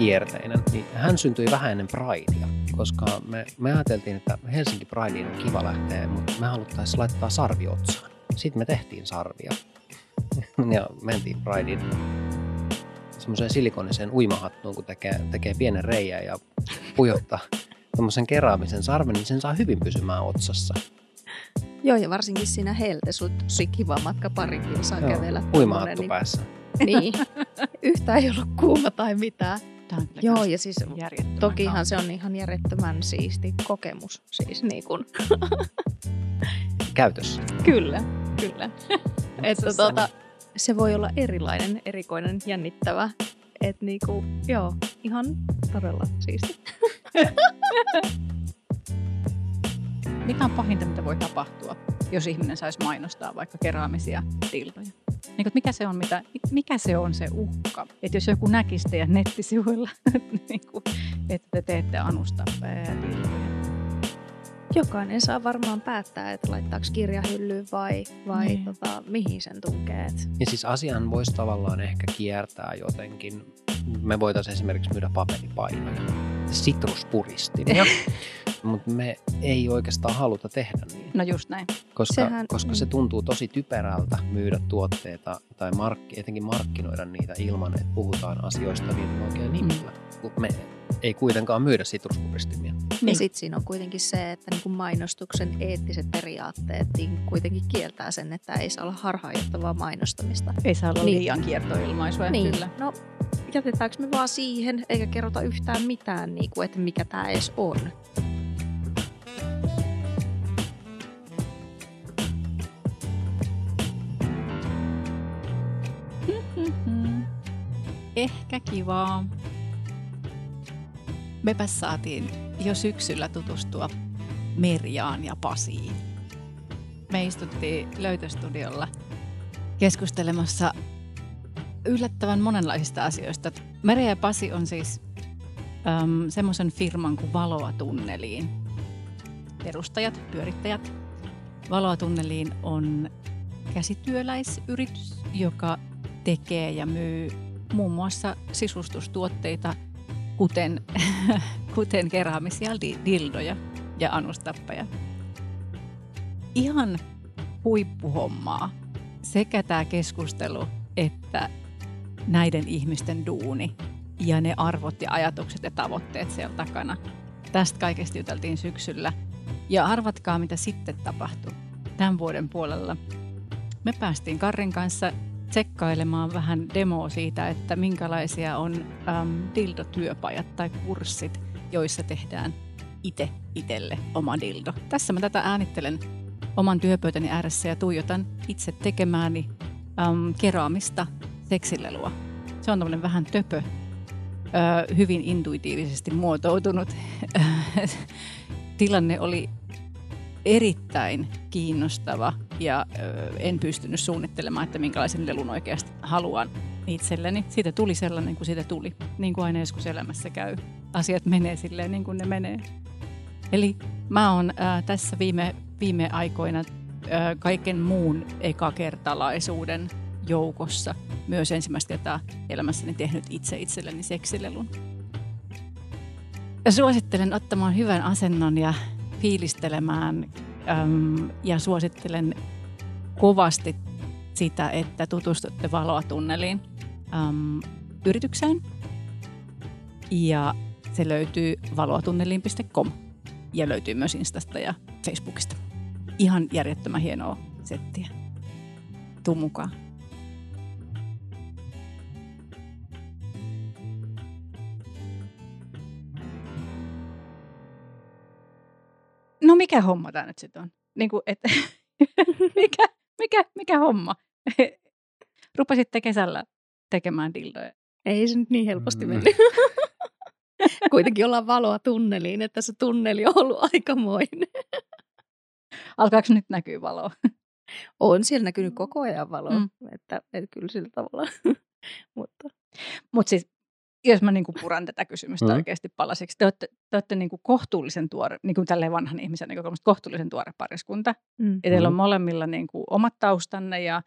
kierteinen, niin hän syntyi vähän ennen Pridea, koska me ajateltiin, että Helsinki Prideen on kiva lähteä, mutta me haluttaisiin laittaa sarvi otsaan. Sitten me tehtiin sarvia ja mentiin Prideen semmoiseen silikoniseen uimahattuun, kun tekee pienen reijän ja pujottaa tommosen keraamisen sarven, niin sen saa hyvin pysymään otsassa. Joo, ja varsinkin siinä helteessä tosi kiva matka pari kilsaa kävellä. Uimahattu päässä. Niin, yhtään ei ollut kuuma tai mitään. Joo, ja siis tokihan se on ihan järjettömän siisti kokemus. Siis niin kuin. Käytössä. Kyllä. Että se voi olla erilainen, erikoinen, jännittävä. Että niinku, joo, ihan todella siisti. Mikä on pahinta, mitä voi tapahtua, jos ihminen saisi mainostaa vaikka keraamisia dildoja? Niin, mikä se on se uhka? Että jos joku näkisi teidän nettisivuilla, niin kuin, että te teette anustappia ja dildoja. Jokainen saa varmaan päättää, että laittaako kirjahyllyyn vai mihin sen tunkee. Ja siis asian voisi tavallaan ehkä kiertää jotenkin. Me voitaisiin esimerkiksi myydä paperipainoja, sitruspuristimia, mutta me ei oikeastaan haluta tehdä niin. No just näin. Koska se tuntuu tosi typerältä myydä tuotteita tai etenkin markkinoida niitä ilman, että puhutaan asioista niiden oikein nimillä. Me ei kuitenkaan myydä sitruspuristimia. Ja sitten siinä on kuitenkin se, että niin kuin mainostuksen eettiset periaatteet niin kuitenkin kieltää sen, että ei saa olla harhaanjohtavaa mainostamista. Ei saa olla liian kiertoilmaisua. Niin. Kyllä. No, jätetäänkö me vaan siihen, eikä kerrota yhtään mitään, niin kuin, että mikä tämä edes on? Ehkä kivaa. Mepäs saatiin jo syksyllä tutustua Merjaan ja Pasiin. Me istuttiin Löytöstudiolla keskustelemassa yllättävän monenlaisista asioista. Merja ja Pasi on siis semmoisen firman kuin Valoa tunneliin perustajat, pyörittäjät. Valoa tunneliin on käsityöläisyritys, joka tekee ja myy muun muassa sisustustuotteita, kuten keraamisia dildoja ja anustappeja. Ihan huippuhommaa sekä tämä keskustelu että näiden ihmisten duuni ja ne arvot ja ajatukset ja tavoitteet siellä takana. Tästä kaikesta juteltiin syksyllä. Ja arvatkaa, mitä sitten tapahtui tämän vuoden puolella. Me päästiin Karrin kanssa tsekkailemaan vähän demoa siitä, että minkälaisia on dildotyöpajat tai kurssit, joissa tehdään itselle oma dildo. Tässä mä tätä äänittelen oman työpöytäni ääressä ja tuijotan itse tekemääni keraamista seksilelua. Se on tämmöinen vähän töpö, hyvin intuitiivisesti muotoutunut. Tilanne oli erittäin kiinnostava ja en pystynyt suunnittelemaan, että minkälaisen lelun oikeasti haluan itselleni. Siitä tuli sellainen kuin siitä tuli, niin kuin aina joskus elämässä käy. Asiat menee silleen niin kuin ne menee. Eli mä oon tässä viime aikoina kaiken muun ekakertalaisuuden joukossa myös ensimmäistä kertaa elämässäni tehnyt itse itselleni seksilelun. Ja suosittelen ottamaan hyvän asennon ja fiilistelemään ja suosittelen kovasti sitä, että tutustutte Valoa tunneliin yritykseen. Ja se löytyy valoatunneliin.com ja löytyy myös Instasta ja Facebookista. Ihan järjettömän hienoa settiä. Tuu mukaan. No mikä homma tämä nyt sitten on? Niin kuin, että mikä homma? Rupasitte kesällä tekemään dildoja. Ei se nyt niin helposti mennyt. Kuitenkin ollaan Valoa tunneliin, että se tunneli on ollut aikamoinen. Alkaako nyt näkyy valoa? On siellä näkynyt koko ajan valoa, että kyllä sillä tavalla. Mutta siis, jos mä niinku puran tätä kysymystä oikeasti palasiksi, te olette niinku kohtuullisen tuore, niinku tälleen vanhan ihmisen näkökulmasta kohtuullisen tuore pariskunta. Ja teillä on molemmilla niinku omat taustanne ja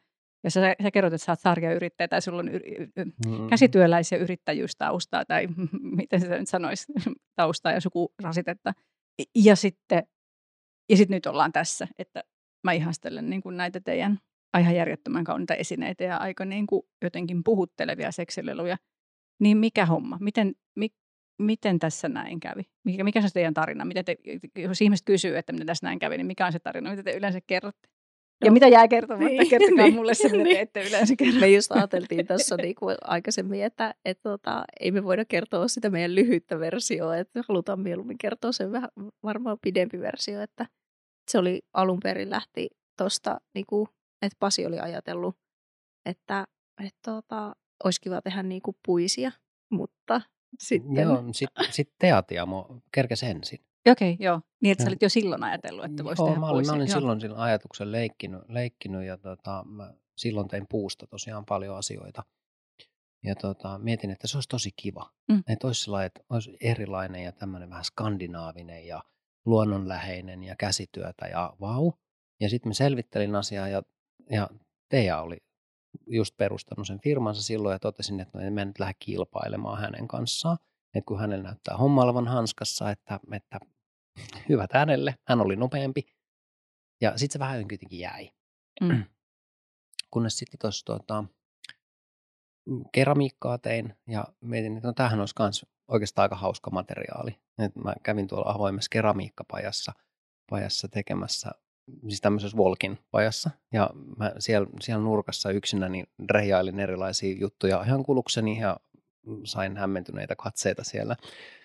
Ja sä kerrot, että sä oot sarjayrittäjä tai sulla on käsityöläisiä yrittäjyystaustaa tai miten se nyt sanoisi, taustaa ja sukurasitetta. Ja sitten nyt ollaan tässä, että mä ihastelen niin kuin näitä teidän ihan järjettömän kauniita esineitä ja aika niin kuin jotenkin puhuttelevia seksileluja. Niin mikä homma? Miten tässä näin kävi? Mikä se teidän tarina? Jos ihmiset kysyy, että miten tässä näin kävi, niin mikä on se tarina? Mitä te yleensä kerrotte? No. Ja mitä jää kertomatta? Niin, kertokaa mulle se, mitä te ette yleensä kerro. Me just ajateltiin tuossa niinku aikaisemmin, että ei me voida kertoa sitä meidän lyhyttä versioa, että halutaan mieluummin kertoa sen vähän varmaan pidempi versio, että se oli alun perin lähti tuosta, niinku, että Pasi oli ajatellut, että olisi kiva tehdä niinku puisia, mutta sitten... Joo, sitten Teatiamo kerkesi ensin. Okei, joo. Niin, että sä olit jo silloin ajatellut, että voisi tehdä puisia. Mä olin silloin ajatuksen leikkinyt ja mä silloin tein puusta tosiaan paljon asioita. Ja mietin, että se olisi tosi kiva. Että olisi erilainen ja tämmöinen vähän skandinaavinen ja luonnonläheinen ja käsityötä ja vau. Ja sitten mä selvittelin asiaa ja Teija oli just perustanut sen firmansa silloin ja totesin, että no en mä nyt lähde kilpailemaan hänen kanssaan. Että kun hänellä näyttää homma olevan hanskassa, että hyvät hänelle, hän oli nopeampi. Ja sitten se vähän kuitenkin jäi. Kunnes sitten tuossa keramiikkaa tein ja mietin, että no tämähän olisi myös oikeastaan aika hauska materiaali. Et mä kävin tuolla avoimessa keramiikkapajassa tekemässä, siis tämmöisessä Volkin pajassa. Ja mä siellä nurkassa yksinäni reijailin erilaisia juttuja ihan kulukseni ja sain hämmentyneitä katseita siellä.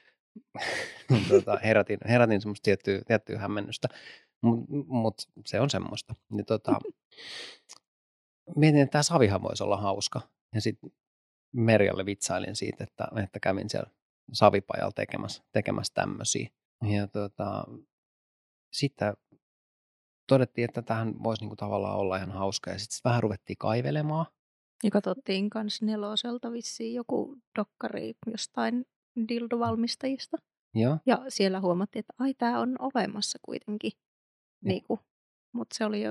Herätin semmoista tiettyä hämmennystä, mutta se on semmoista. Ja mietin, että tämä savihan voisi olla hauska. Ja sitten Merjalle vitsailin siitä, että kävin siellä savipajalla tekemässä tämmöisiä. Ja sitten todettiin, että tähän voisi niinku tavallaan olla ihan hauska. Ja sitten vähän ruvettiin kaivelemaan. Ja katsottiin kans Neloselta vissiin joku dokkari jostain dildovalmistajista. Joo. Ja siellä huomattiin, että tämä on olemassa kuitenkin. Niinku. Mutta se oli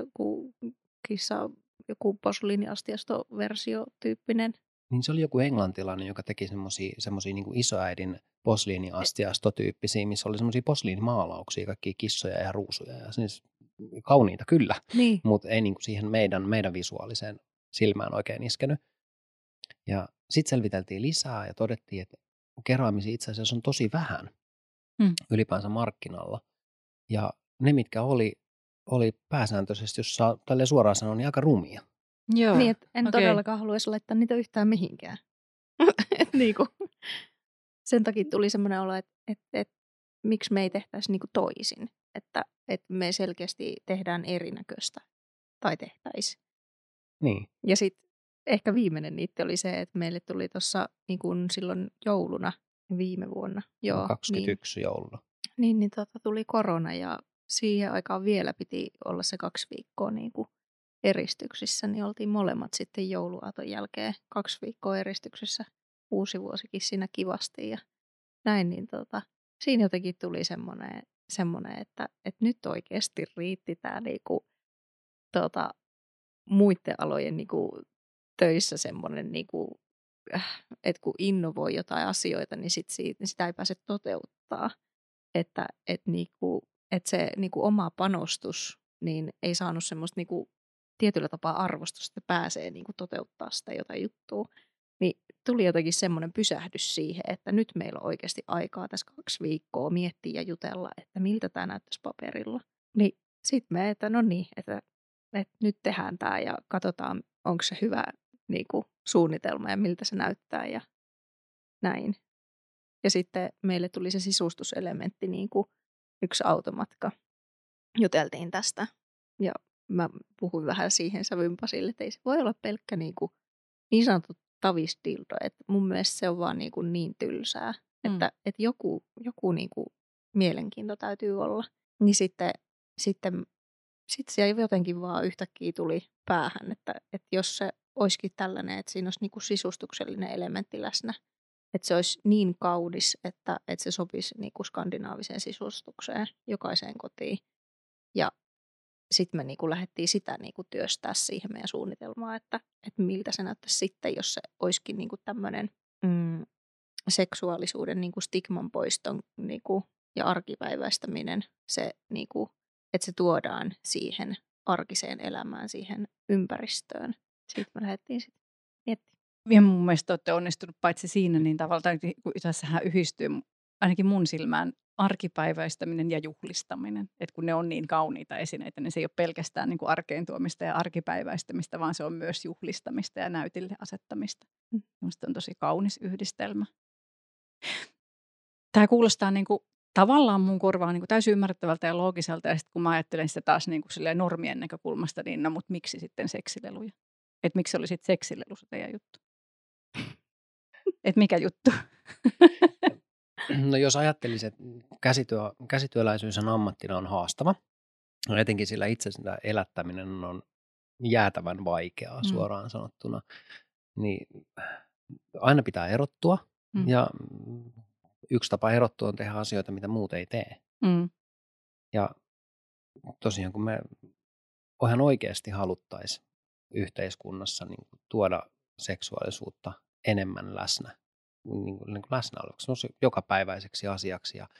joku posliiniastiasto-versiotyyppinen. Niin se oli joku englantilainen, joka teki semmoisia niinku isoäidin posliiniastiastotyyppisiä, missä oli semmoisia posliinimaalauksia, kaikkia kissoja ja ruusuja. Ja siis kauniita kyllä, niin. Mutta ei niinku siihen meidän visuaaliseen silmään oikein iskenyt. Ja sitten selviteltiin lisää ja todettiin, että keraamisia itse asiassa on tosi vähän ylipäänsä markkinalla. Ja ne, mitkä oli pääsääntöisesti, jos saa tälleen suoraan sanoa, niin aika rumia. Joo. Niin, että en todellakaan haluaisi laittaa niitä yhtään mihinkään. Niinku. Sen takia tuli semmoinen olo, että miksi me ei tehtäisi niinku toisin. Että me selkeästi tehdään erinäköistä tai tehtäisiin. Niin. Ja sitten ehkä viimeinen niitti oli se, että meille tuli tuossa niin silloin jouluna viime vuonna. Joo, 21 jouluna. Niin tuli korona ja siihen aikaan vielä piti olla se 2 viikkoa niin kuin eristyksissä. Niin oltiin molemmat sitten jouluaaton jälkeen 2 viikkoa eristyksissä. Uusi vuosikin siinä kivasti ja näin. Niin siinä jotenkin tuli semmoinen että nyt oikeasti riitti tämä niinku, muiden alojen niinku, töissä semmoinen, niinku, että kun innovoi jotain asioita, niin sitä ei pääse toteuttaa. Että se niinku, oma panostus niin ei saanut semmoista niinku, tietyllä tapaa arvostusta, että pääsee niinku, toteuttaa sitä jotain juttua. Niin tuli jotenkin semmoinen pysähdys siihen, että nyt meillä on oikeasti aikaa tässä 2 viikkoa miettiä ja jutella, että miltä tämä näyttäisi paperilla. Niin sitten että no niin, että nyt tehdään tämä ja katsotaan, onko se hyvä niinku, suunnitelma ja miltä se näyttää ja näin. Ja sitten meille tuli se sisustuselementti, niin kuin yksi automatka. Juteltiin tästä ja mä puhuin vähän siihen sävyn Pasille, että ei se voi olla pelkkä niin sanottu tavisdildo, että mun mielestä se on vaan niin tylsää, että joku mielenkiinto täytyy olla. Niin sitten se jotenkin vaan yhtäkkiä tuli päähän, että jos se olisikin tällainen, että siinä olisi sisustuksellinen elementti läsnä, että se olisi niin kaudis, että se sopisi skandinaaviseen sisustukseen jokaiseen kotiin. Ja sitten me niinku lähdettiin sitä niinku työstää siihen meidän suunnitelmaan, että miltä se näyttäisi sitten, jos se olisikin niinku tämmöinen seksuaalisuuden niinku stigman poiston niinku, ja arkipäiväistäminen, se, niinku, että se tuodaan siihen arkiseen elämään, siihen ympäristöön. Sitten me lähdettiin sitten miettimään. Ja mun mielestä olette onnistunut paitsi siinä, niin tavallaan kun tässähän yhdistyy ainakin mun silmään arkipäiväistäminen ja juhlistaminen. Että kun ne on niin kauniita esineitä, niin se ei ole pelkästään niin kuin arkeen tuomista ja arkipäiväistämistä, vaan se on myös juhlistamista ja näytille asettamista. Minusta on tosi kaunis yhdistelmä. Tämä kuulostaa niin kuin, tavallaan mun korvaan niin kuin täysin ymmärrettävältä ja loogiselta. Ja sitten kun mä ajattelen sitä taas niin kuin normien näkökulmasta, niin no mutta miksi sitten seksileluja? Että miksi oli sitten seksilelu se teidän juttu? Että mikä juttu? No jos ajattelisit, että käsityöläisyys ammattina on haastava, no etenkin sillä itse sitä elättäminen on jäätävän vaikeaa suoraan sanottuna, niin aina pitää erottua ja yksi tapa erottua on tehdä asioita, mitä muut ei tee. Ja tosiaan kun me ihan oikeasti haluttaisiin yhteiskunnassa niin tuoda seksuaalisuutta enemmän läsnä, niin kuin läsnäoloksi, jokapäiväiseksi asiaksi ja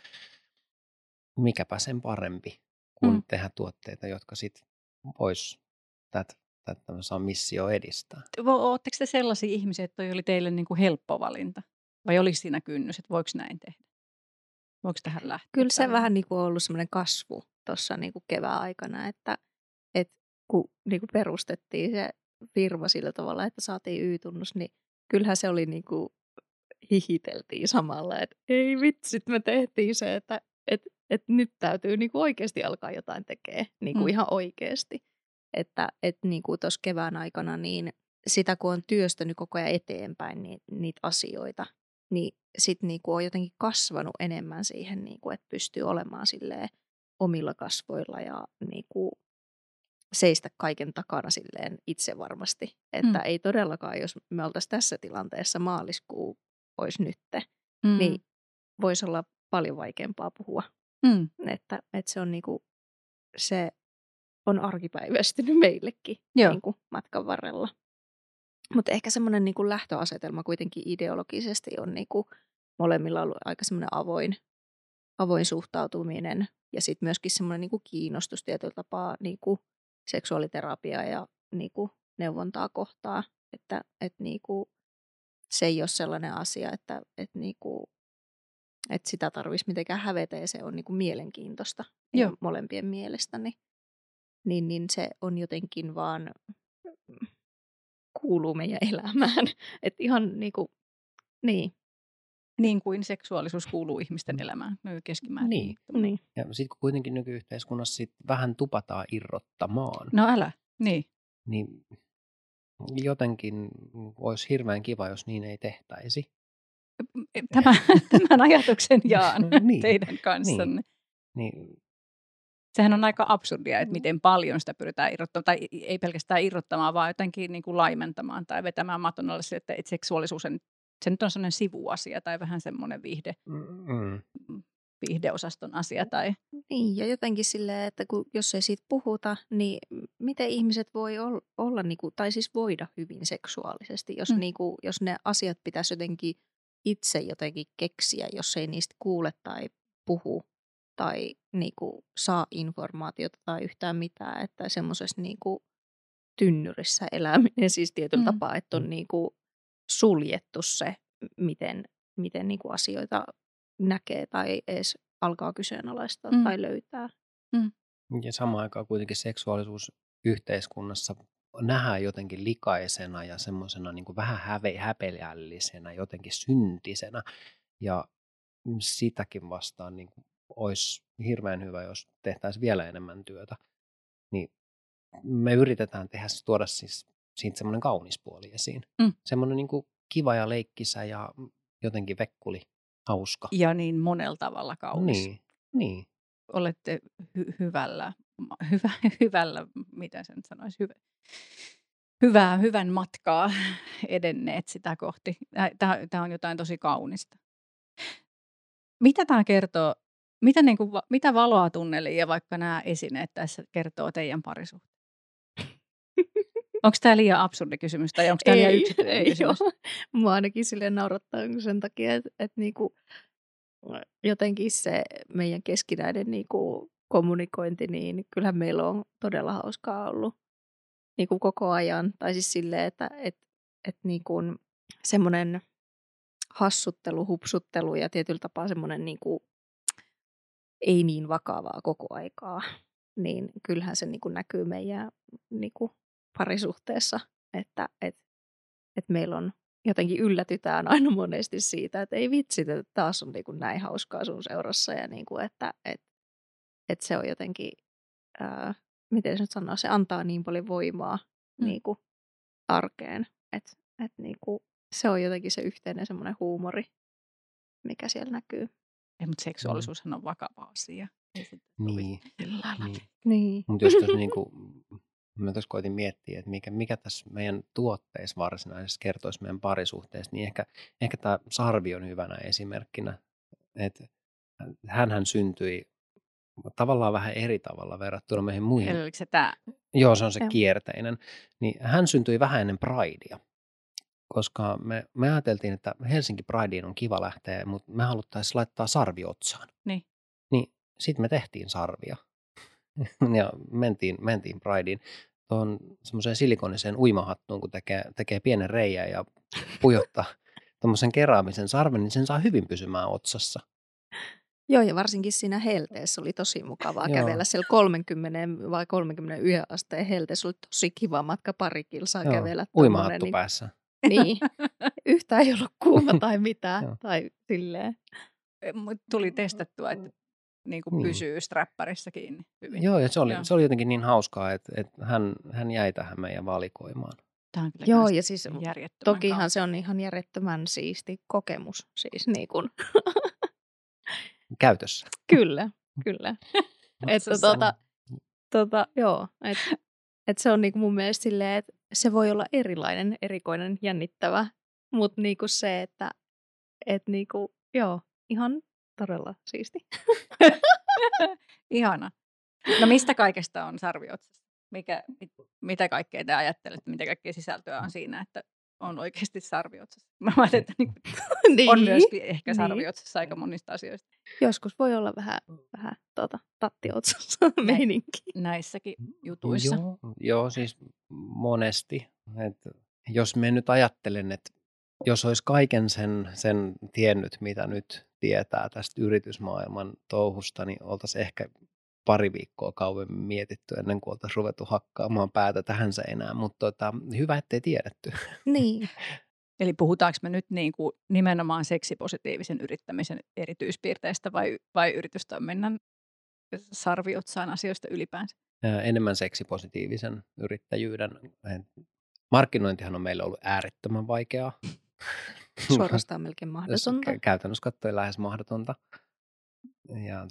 mikäpä sen parempi kuin tehdä tuotteita, jotka sitten vois tätä missio edistää. Oletteko te sellaisia ihmisiä, että toi oli teille niin kuin helppo valinta? Vai oliko siinä kynnys, että voiko näin tehdä? Voiko tähän lähteä? Kyllä se vähän niin kuin on ollut semmoinen kasvu tuossa niin kuin kevään aikana, että kun niin kuin perustettiin se firma sillä tavalla, että saatiin Y-tunnus, niin kyllähän se oli niin kuin hihiteltiin samalla, että ei vitsit, me tehtiin se, että nyt täytyy niin kuin oikeasti alkaa jotain tekemään, niin kuin ihan oikeasti. Että niin kuin tuossa kevään aikana, niin sitä kun on työstänyt koko ajan eteenpäin niitä asioita, niin sitten niin kuin on jotenkin kasvanut enemmän siihen, niin kuin, että pystyy olemaan silleen omilla kasvoilla ja niin kuin seistä kaiken takana silleen itse varmasti. Että ei todellakaan, jos me oltaisiin tässä tilanteessa maaliskuu olisi nytte, niin voisi olla paljon vaikeampaa puhua. Että se on niinku, se on arkipäiväistynyt meillekin niinku matkan varrella. Mutta ehkä semmoinen niinku lähtöasetelma kuitenkin ideologisesti on niinku molemmilla ollut aika semmoinen avoin suhtautuminen ja sitten myöskin semmoinen niinku kiinnostus tietyllä tapaa niinku seksuaaliterapiaa ja niinku neuvontaa kohtaan, että niinku se ei ole sellainen asia, että niinku, että sitä tarvitsisi mitenkään hävetä ja se on niinku mielenkiintoista molempien mielestä, niin se on jotenkin vaan kuuluu meidän elämään. Että ihan niinku, niin. Niin kuin seksuaalisuus kuuluu ihmisten elämään keskimäärin. Niin. Ja sitten kun kuitenkin nykyyhteiskunnassa sit vähän tupataan irrottamaan. No älä, niin. Niin jotenkin olisi hirveän kiva, jos niin ei tehtäisi. Tämän ajatuksen jaan teidän kanssanne. Niin. Sehän on aika absurdia, että miten paljon sitä pyritään irrottamaan, tai ei pelkästään irrottamaan, vaan jotenkin niin kuin laimentamaan tai vetämään maton alle, että seksuaalisuus se nyt on sellainen sivuasia tai vähän semmoinen viihdeosaston asia. Tai... Niin, ja jotenkin silleen, että jos ei siitä puhuta, niin miten ihmiset voi olla niinku, tai siis voida hyvin seksuaalisesti, jos, niinku, jos ne asiat pitäisi jotenkin itse jotenkin keksiä, jos ei niistä kuule tai puhu tai niinku, saa informaatiota tai yhtään mitään, että semmoisessa niinku, tynnyrissä eläminen siis tietyllä tapaa, että on niinku, suljettu se, miten niinku, asioita näkee tai edes alkaa kyseenalaistaa tai löytää. Ja samaan aikaan kuitenkin seksuaalisuus yhteiskunnassa nähdään jotenkin likaisena ja semmoisena niin kuin vähän häpeällisenä, jotenkin syntisenä. Ja sitäkin vastaan niin kuin olisi hirveän hyvä, jos tehtäisiin vielä enemmän työtä. Niin me yritetään tuoda siis siitä semmoinen kaunis puoli esiin. Semmoinen niin kuin kiva ja leikkisä ja jotenkin vekkuli. Hauska. Ja niin monella tavalla kaunis. Niin. Olette hyvällä, mitä sen sanoisi, hyvän matkaa edenneet sitä kohti. Tämä on jotain tosi kaunista. Mitä tämä kertoo Mitä, niin kuin, mitä valoa tunneli ja vaikka nämä esineet tässä kertoo teidän parisuhteesta? Onko tämä liian absurdi kysymys tai onko tämä liian yksityinen ei kysymys? ole. Mua ainakin silleen naurattaa sen takia, että niinku, jotenkin se meidän keskinäinen niinku kommunikointi, niin kyllähän meillä on todella hauskaa ollut niinku koko ajan. Tai siis silleen, että niinku semmoinen hassuttelu, hupsuttelu ja tietyllä tapaa semmoinen niinku ei niin vakavaa koko aikaa, niin kyllähän se niinku näkyy meidän niinku parisuhteessa, että meillä on jotenkin yllätytään aina monesti siitä, että ei vitsi, että taas on niinku näin hauskaa sun seurassa ja niinku, että se on jotenkin, miten se nyt sanoo, se antaa niin paljon voimaa niinku arkeen, että niinku, se on jotenkin se yhteinen semmoinen huumori, mikä siellä näkyy. Ei, mutta seksuaalisuushan on vakava asia. Niin. Mutta jos tuossa niinku, mä tuossa koitin miettiä, että mikä tässä meidän tuotteissa varsinaisesti kertoisi meidän parisuhteesta, niin ehkä tämä sarvi on hyvänä esimerkkinä. Että hänhän syntyi tavallaan vähän eri tavalla verrattuna meihin muihin. Eli oliko se tämä? Joo, se on se kierteinen. Niin hän syntyi vähän ennen Pridea, koska me ajateltiin, että Helsinki Prideen on kiva lähteä, mutta me haluttaisiin laittaa sarvi otsaan. Niin sitten me tehtiin sarvia ja mentiin Prideen tuohon semmoiseen silikoniseen uimahattuun, kun tekee pienen reijän ja pujottaa tuommoisen keraamisen sarven, niin sen saa hyvin pysymään otsassa. Joo, ja varsinkin siinä helteessä oli tosi mukavaa kävellä siellä 30 vai 31 asteen helteessä. Oli tosi kiva matka, pari kilsaa kävella. Uimahattu päässä. Niin, yhtään ei ollut kuuma tai mitään, tai silleen. Tuli testattua, että niin kuin pysyy strapparissa kiinni hyvin. Joo, ja se oli jotenkin niin hauskaa, että hän jäi tähän meidän valikoimaan. Joo, ja siis tokihan se on ihan järjettömän siisti kokemus. Siis niin kuin. Käytössä. Kyllä. Joo, että se on niinku mun mielestä silleen, että se voi olla erilainen, erikoinen, jännittävä, mutta niinku se, että niinku, joo, ihan todella siisti. Ihana. No mistä kaikesta on sarvi otsassa? Mitä kaikkea te ajattelette, mitä kaikkea sisältöä on siinä, että on oikeasti sarvi otsassa? Mä ajattelin, että on myöskin ehkä sarvi otsassa aika monista asioista. Joskus voi olla vähän tatti otsassa meininki. Näissäkin jutuissa. Joo, siis monesti. Jos me nyt ajattelen, että jos olisi kaiken sen tiennyt, mitä nyt tietää tästä yritysmaailman touhusta, niin oltaisiin ehkä pari viikkoa kauemmin mietitty ennen kuin oltaisiin ruvettu hakkaamaan päätä tähän seinään, mutta hyvä, ettei tiedetty. Niin. Eli puhutaanko me nyt niin kuin nimenomaan seksipositiivisen yrittämisen erityispiirteistä vai yritystoiminnan sarviotsaan asioista ylipäänsä? Enemmän seksipositiivisen yrittäjyyden. Markkinointihan on meillä ollut äärettömän vaikeaa. Suorastaan melkein mahdotonta. Käytännössä katsoen lähes mahdotonta. Ja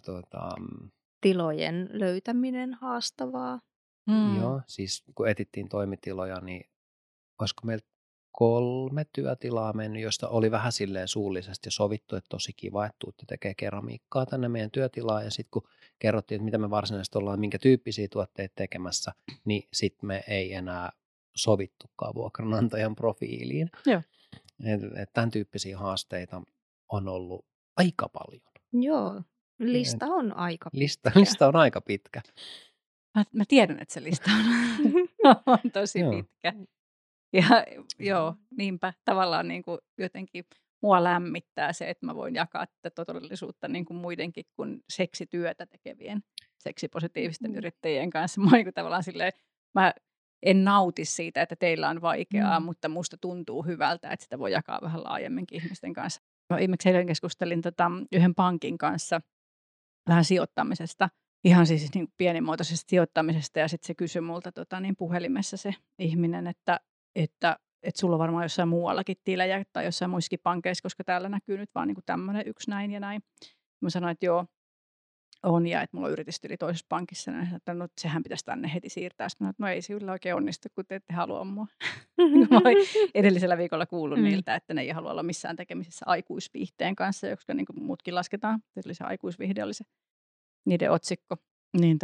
tilojen löytäminen haastavaa. Joo, siis kun etittiin toimitiloja, niin olisiko meillä 3 työtilaa mennyt, josta oli vähän silleen suullisesti sovittu, että tosi kiva, että tuutte tekee keramiikkaa tänne meidän työtilaan. Ja sitten kun kerrottiin, että mitä me varsinaisesti ollaan, minkä tyyppisiä tuotteita tekemässä, niin sitten me ei enää sovittukaan vuokranantajan profiiliin. Joo. Tämän tyyppisiä haasteita on ollut aika paljon. Joo, lista on aika pitkä. Lista on aika pitkä. Mä tiedän, että se lista on tosi pitkä. Ja joo, niinpä tavallaan niin kuin jotenkin mua lämmittää se, että mä voin jakaa tätä todellisuutta niin kuin muidenkin kuin seksityötä tekevien seksipositiivisten yrittäjien kanssa. Mä, niin kuin tavallaan silleen, mä en nauti siitä, että teillä on vaikeaa, mutta musta tuntuu hyvältä, että sitä voi jakaa vähän laajemminkin ihmisten kanssa. Mä viimeksi eilen keskustelin yhden pankin kanssa vähän sijoittamisesta. Ihan siis niin pienimuotoisesta sijoittamisesta ja sitten se kysyi multa puhelimessa se ihminen, että sulla on varmaan jossain muuallakin tilejä tai jossain muissakin pankeissa, koska täällä näkyy nyt vaan niin tämmöinen yksi näin ja näin. Mä sanoin, että joo, on ja että mulla on yritystili toisessa pankissa. Ja että no, sehän pitäisi tänne heti siirtää. Sitten no ei se kyllä oikein onnistu, kun te ette halua mua. Mä olin edellisellä viikolla kuullut niiltä, että ne ei halua olla missään tekemisissä aikuisviihteen kanssa, koska niin kuin muutkin lasketaan. Eli se aikuisviihde oli se niiden otsikko. Niin,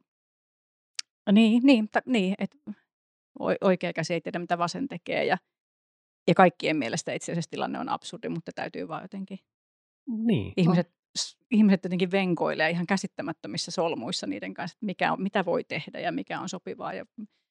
niin että oikea käsi ei tiedä, mitä vasen tekee. Ja kaikkien mielestä itse asiassa tilanne on absurdi, mutta täytyy vaan jotenkin. Niin. Ihmiset jotenkin venkoilee ihan käsittämättömissä solmuissa niiden kanssa, että mitä voi tehdä ja mikä on sopivaa. Ja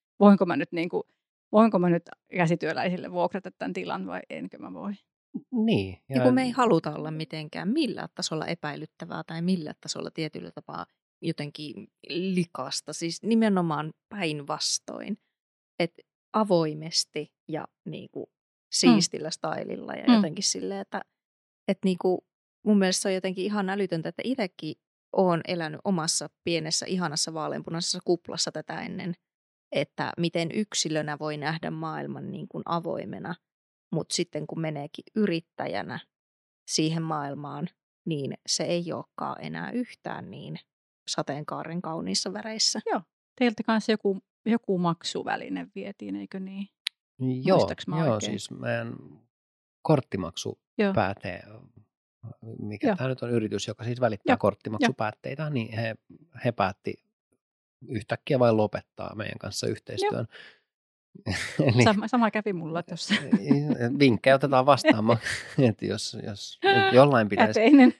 voinko mä nyt käsityöläisille vuokrata tämän tilan vai enkö mä voi? Niin. Ja kun me ei haluta olla mitenkään millään tasolla epäilyttävää tai millään tasolla tietyllä tapaa jotenkin likasta. Siis nimenomaan päinvastoin. Että avoimesti ja niinku siistillä stylilla ja jotenkin silleen, että niinku, mun mielestä se on jotenkin ihan älytöntä, että itsekin olen elänyt omassa pienessä ihanassa vaaleanpunaisessa kuplassa tätä ennen, että miten yksilönä voi nähdä maailman niin kuin avoimena, mutta sitten kun meneekin yrittäjänä siihen maailmaan, niin se ei olekaan enää yhtään niin sateenkaaren kauniissa väreissä. Joo, teiltä kanssa joku maksuväline vietiin, eikö niin? Joo, siis meidän korttimaksu päätee, mikä tämä nyt on yritys, joka siis välittää korttimaksupäätteitä, niin he päätti yhtäkkiä vain lopettaa meidän kanssa yhteistyön. Eli, sama kävi mulla tuossa. Vinkkejä otetaan vastaan, että jos jollain pitäisi.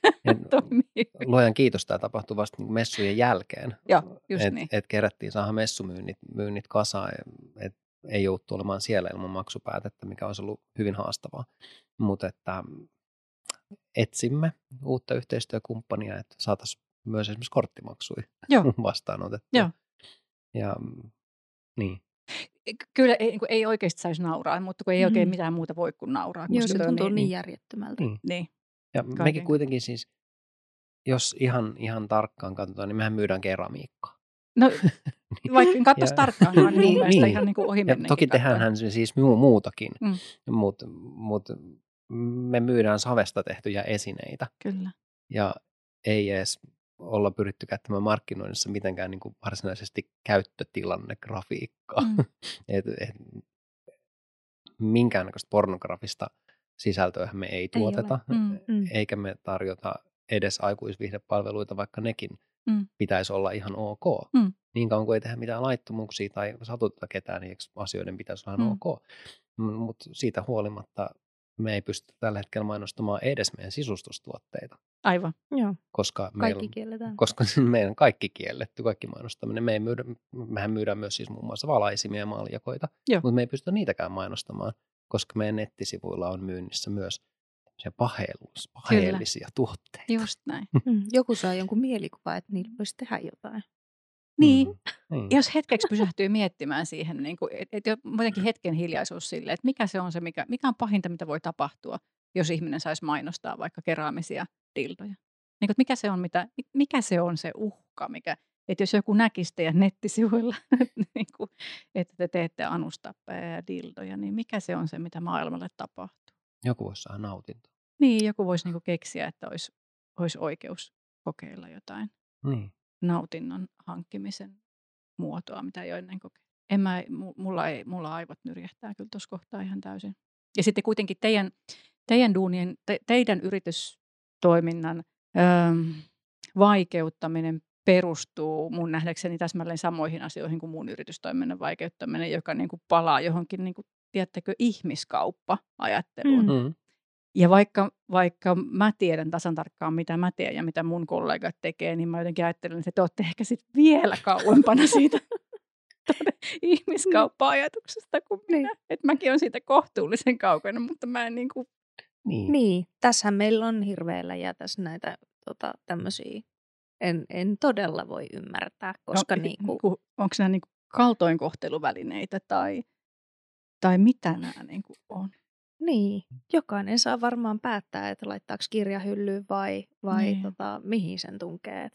Luojan kiitos, tämä tapahtui vasta messujen jälkeen. Joo, just niin. Että kerättiin saada messumyynnit kasaan, että ei jouttu olemaan siellä ilman maksupäätettä, mikä olisi ollut hyvin haastavaa. Mutta että etsimme uutta yhteistyökumppania, että saataisiin myös esimerkiksi korttimaksuja vastaanotettua. Joo. Ja niin. Kyllä ei oikeasti saisi nauraa, mutta kun ei oikein mitään muuta voi kuin nauraa. Joo, se tuntuu niin järjettömältä. Niin. Ja mekin kuitenkin siis, jos ihan tarkkaan katsotaan, niin mehän myydään keramiikkaa. No, vaikka katsoisi tarkkaan, niin mielestäni ihan niin kuin ohimennenkin. Toki tehdäänhän siis muutakin, mutta me myydään savesta tehtyjä esineitä. Kyllä. Ja ei edes olla pyritty käyttämään markkinoinnissa mitenkään niin kuin varsinaisesti käyttötilannegrafiikkaa. Minkäännäköistä pornografista sisältöä me ei tuoteta, eikä me tarjota edes aikuisviihdepalveluita, vaikka nekin pitäisi olla ihan ok. Niin kauan kuin ei tehdä mitään laittomuuksia tai satuteta ketään, niin asioiden pitäisi olla ihan ok. Mutta siitä huolimatta me ei pystytä tällä hetkellä mainostamaan edes meidän sisustustuotteita. Aivan, joo. Koska kaikki kielletään. Koska meidän kaikki kielletty, kaikki mainostaminen. Mehän myydään myös siis muun muassa valaisimia ja maaljakoita, mutta me ei pystytä niitäkään mainostamaan, koska meidän nettisivuilla on myynnissä myös paheellisia tuotteita. Just näin. Joku saa jonkun mielikuva, että niillä voisi tehdä jotain. Niin. Jos hetkeksi pysähtyy miettimään siihen, niin että jotenkin hetken hiljaisuus sille, että mikä se on se, mikä on pahinta, mitä voi tapahtua, jos ihminen saisi mainostaa vaikka keraamisia dildoja. Niin, mikä se on se uhka, että jos joku näkisi teidän nettisivuilla, että te teette anustappeja ja dildoja, niin mikä se on se, mitä maailmalle tapahtuu? Joku voisi saada nautintoa. Niin, joku voisi keksiä, että olisi oikeus kokeilla jotain. Niin. Nautinnon hankkimisen muotoa, mitä ei ole ennen kokeilla. Mulla aivot nyrjähtää kyllä tuossa kohtaa ihan täysin. Ja sitten kuitenkin teidän duunien, teidän yritystoiminnan vaikeuttaminen perustuu mun nähdäkseni täsmälleen samoihin asioihin kuin mun yritystoiminnan vaikeuttaminen, joka niin kuin palaa johonkin, niin kuin, tiedättekö, ihmiskauppa-ajatteluun. Ja vaikka mä tiedän tasan tarkkaan, mitä mä teen ja mitä mun kollegat tekee, niin mä jotenkin ajattelen, että te olette ehkä sit vielä kauempana siitä ihmiskauppa-ajatuksesta kuin minä. Että mäkin olen siitä kohtuullisen kaukana, mutta mä en Niin, tässähän meillä on hirveellä ja tässä näitä tämmöisiä, en todella voi ymmärtää, koska onko nämä kaltoinkohteluvälineitä tai mitä nämä on? Niin, jokainen saa varmaan päättää, että laittaako kirjahyllyyn vai mihin sen tunkee.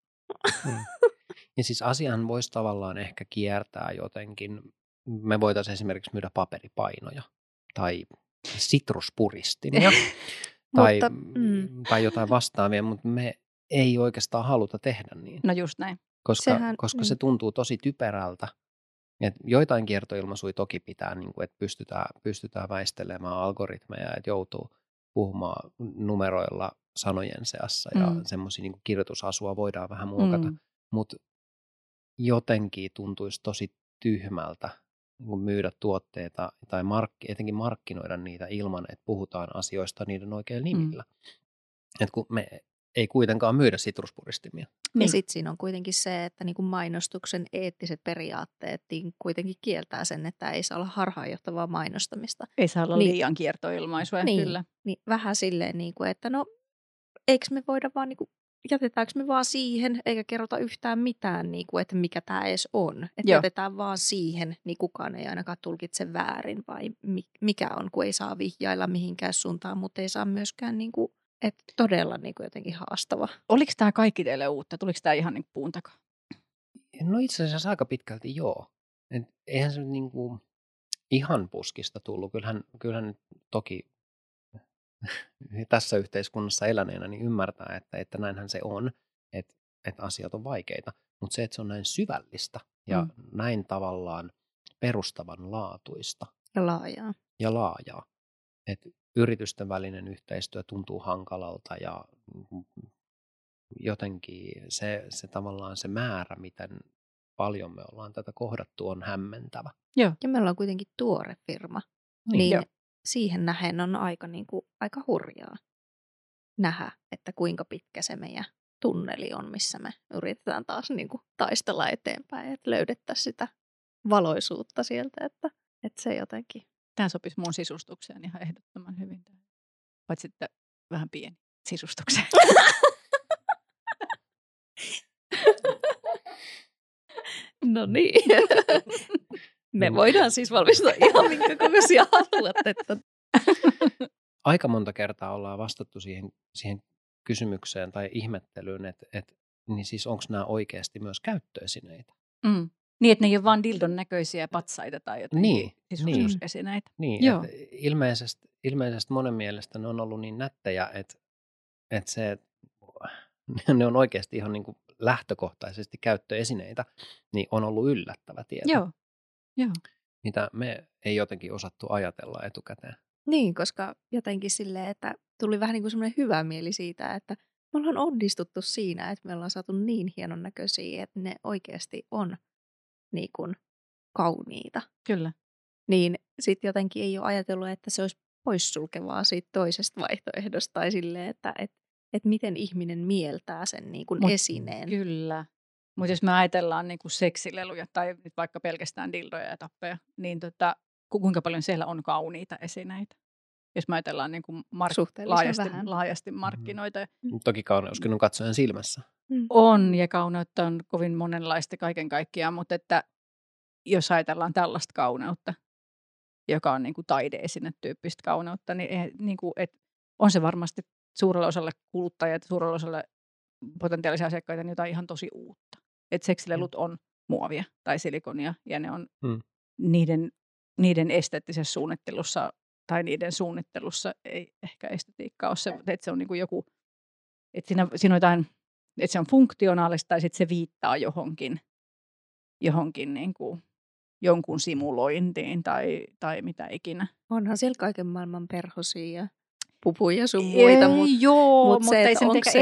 Ja siis asian voisi tavallaan ehkä kiertää jotenkin. Me voitaisiin esimerkiksi myydä paperipainoja tai sitruspuristimia tai jotain vastaavia, mutta me ei oikeastaan haluta tehdä niin, No just näin. koska se tuntuu tosi typerältä. Et joitain kiertoilmaisuja toki pitää, niin kuin, että pystytään väistelemään algoritmeja, että joutuu puhumaan numeroilla sanojen seassa ja semmoisia niin kirjoitusasua voidaan vähän muokata, mutta jotenkin tuntuisi tosi tyhmältä niin myydä tuotteita tai etenkin markkinoida niitä ilman, että puhutaan asioista niiden oikeilla nimillä. Et kun me ei kuitenkaan myydä sitruspuristimia. Ja sitten siinä on kuitenkin se, että niin kuin mainostuksen eettiset periaatteet niin kuitenkin kieltää sen, että ei saa olla harhaanjohtavaa mainostamista. Ei saa olla liian kiertoilmaisuja, kyllä. Niin vähän silleen, niin kuin, että no eikö me voida vaan, niin kuin, jätetäänkö me vaan siihen, eikä kerrota yhtään mitään, niin kuin, että mikä tämä edes on. Että jätetään vaan siihen, niin kukaan ei ainakaan tulkitse väärin vai mikä on, kun ei saa vihjailla mihinkään suuntaan, mutta ei saa myöskään niin kuin, että todella niin kuin jotenkin haastava. Oliko tämä kaikki teille uutta? Tuliko tämä ihan niin kuin puun takaa? No itse asiassa aika pitkälti joo. Et eihän se niin kuin ihan puskista tullut. Kyllähän nyt toki tässä yhteiskunnassa eläneenä niin ymmärtää, että näinhän se on, että asiat on vaikeita. Mutta se, että se on näin syvällistä ja näin tavallaan perustavanlaatuista. Ja laajaa. Että yritysten välinen yhteistyö tuntuu hankalalta ja jotenkin se tavallaan se määrä, miten paljon me ollaan tätä kohdattu, on hämmentävä. Joo. Ja me ollaan kuitenkin tuore firma, niin siihen nähen on aika hurjaa nähdä, että kuinka pitkä se meidän tunneli on, missä me yritetään taas niin kuin taistella eteenpäin, että löydettäisiin sitä valoisuutta sieltä, että se jotenkin. Tämä sopisi mun sisustukseen ihan ehdottoman hyvin. Paitsi sitten vähän pieni sisustukseen. No niin. Me voidaan siis valmistaa ihan minkä kokoisia haluat. Että. Aika monta kertaa ollaan vastattu siihen kysymykseen tai ihmettelyyn, että niin siis onko nämä oikeasti myös käyttöesineitä? Niin, että ne ei ole vain dildon näköisiä patsaita tai jotain sisustusesineitä. Niin, ilmeisesti monen mielestä ne on ollut niin nättejä, että ne on oikeasti ihan niin kuin lähtökohtaisesti käyttöesineitä, niin on ollut yllättävä tieto. Joo. Mitä me ei jotenkin osattu ajatella etukäteen. Niin, koska jotenkin silleen, että tuli vähän niin kuin semmoinen hyvä mieli siitä, että me ollaan onnistuttu siinä, että me ollaan saatu niin hienon näköisiä, että ne oikeasti on niin kuin kauniita. Kyllä. Niin sitten jotenkin ei ole ajatellut, että se olisi poissulkevaa siitä toisesta vaihtoehdosta tai silleen, että miten ihminen mieltää sen niin kuin esineen. Kyllä. Mutta jos me ajatellaan niin kuin seksileluja tai vaikka pelkästään dildoja ja tappeja, niin kuinka paljon siellä on kauniita esineitä? Jos me ajatellaan niin kuin laajasti markkinoita. Toki kauneuskin on katsojan silmässä. On, ja kauneutta on kovin monenlaista kaiken kaikkiaan, mutta että jos ajatellaan tällaista kauneutta, joka on niin kuin taide-esinetyyppistä kauneutta, niin kuin, on se varmasti suurelle osalle kuluttajia, suurelle osalle potentiaalisia asiakkaita niin jotain ihan tosi uutta. Että seksilelut on muovia tai silikonia, ja ne on niiden esteettisessä suunnittelussa tai niiden suunnittelussa ei ehkä estetiikkaa ole se, että se on niin kuin joku, että siinä on jotain, että se on funktionaalista tai sitten se viittaa johonkin niin kuin jonkun simulointiin tai mitä ikinä. Onhan siellä kaiken maailman perhosia ja pupuja sun muita. Mutta ei se mitenkään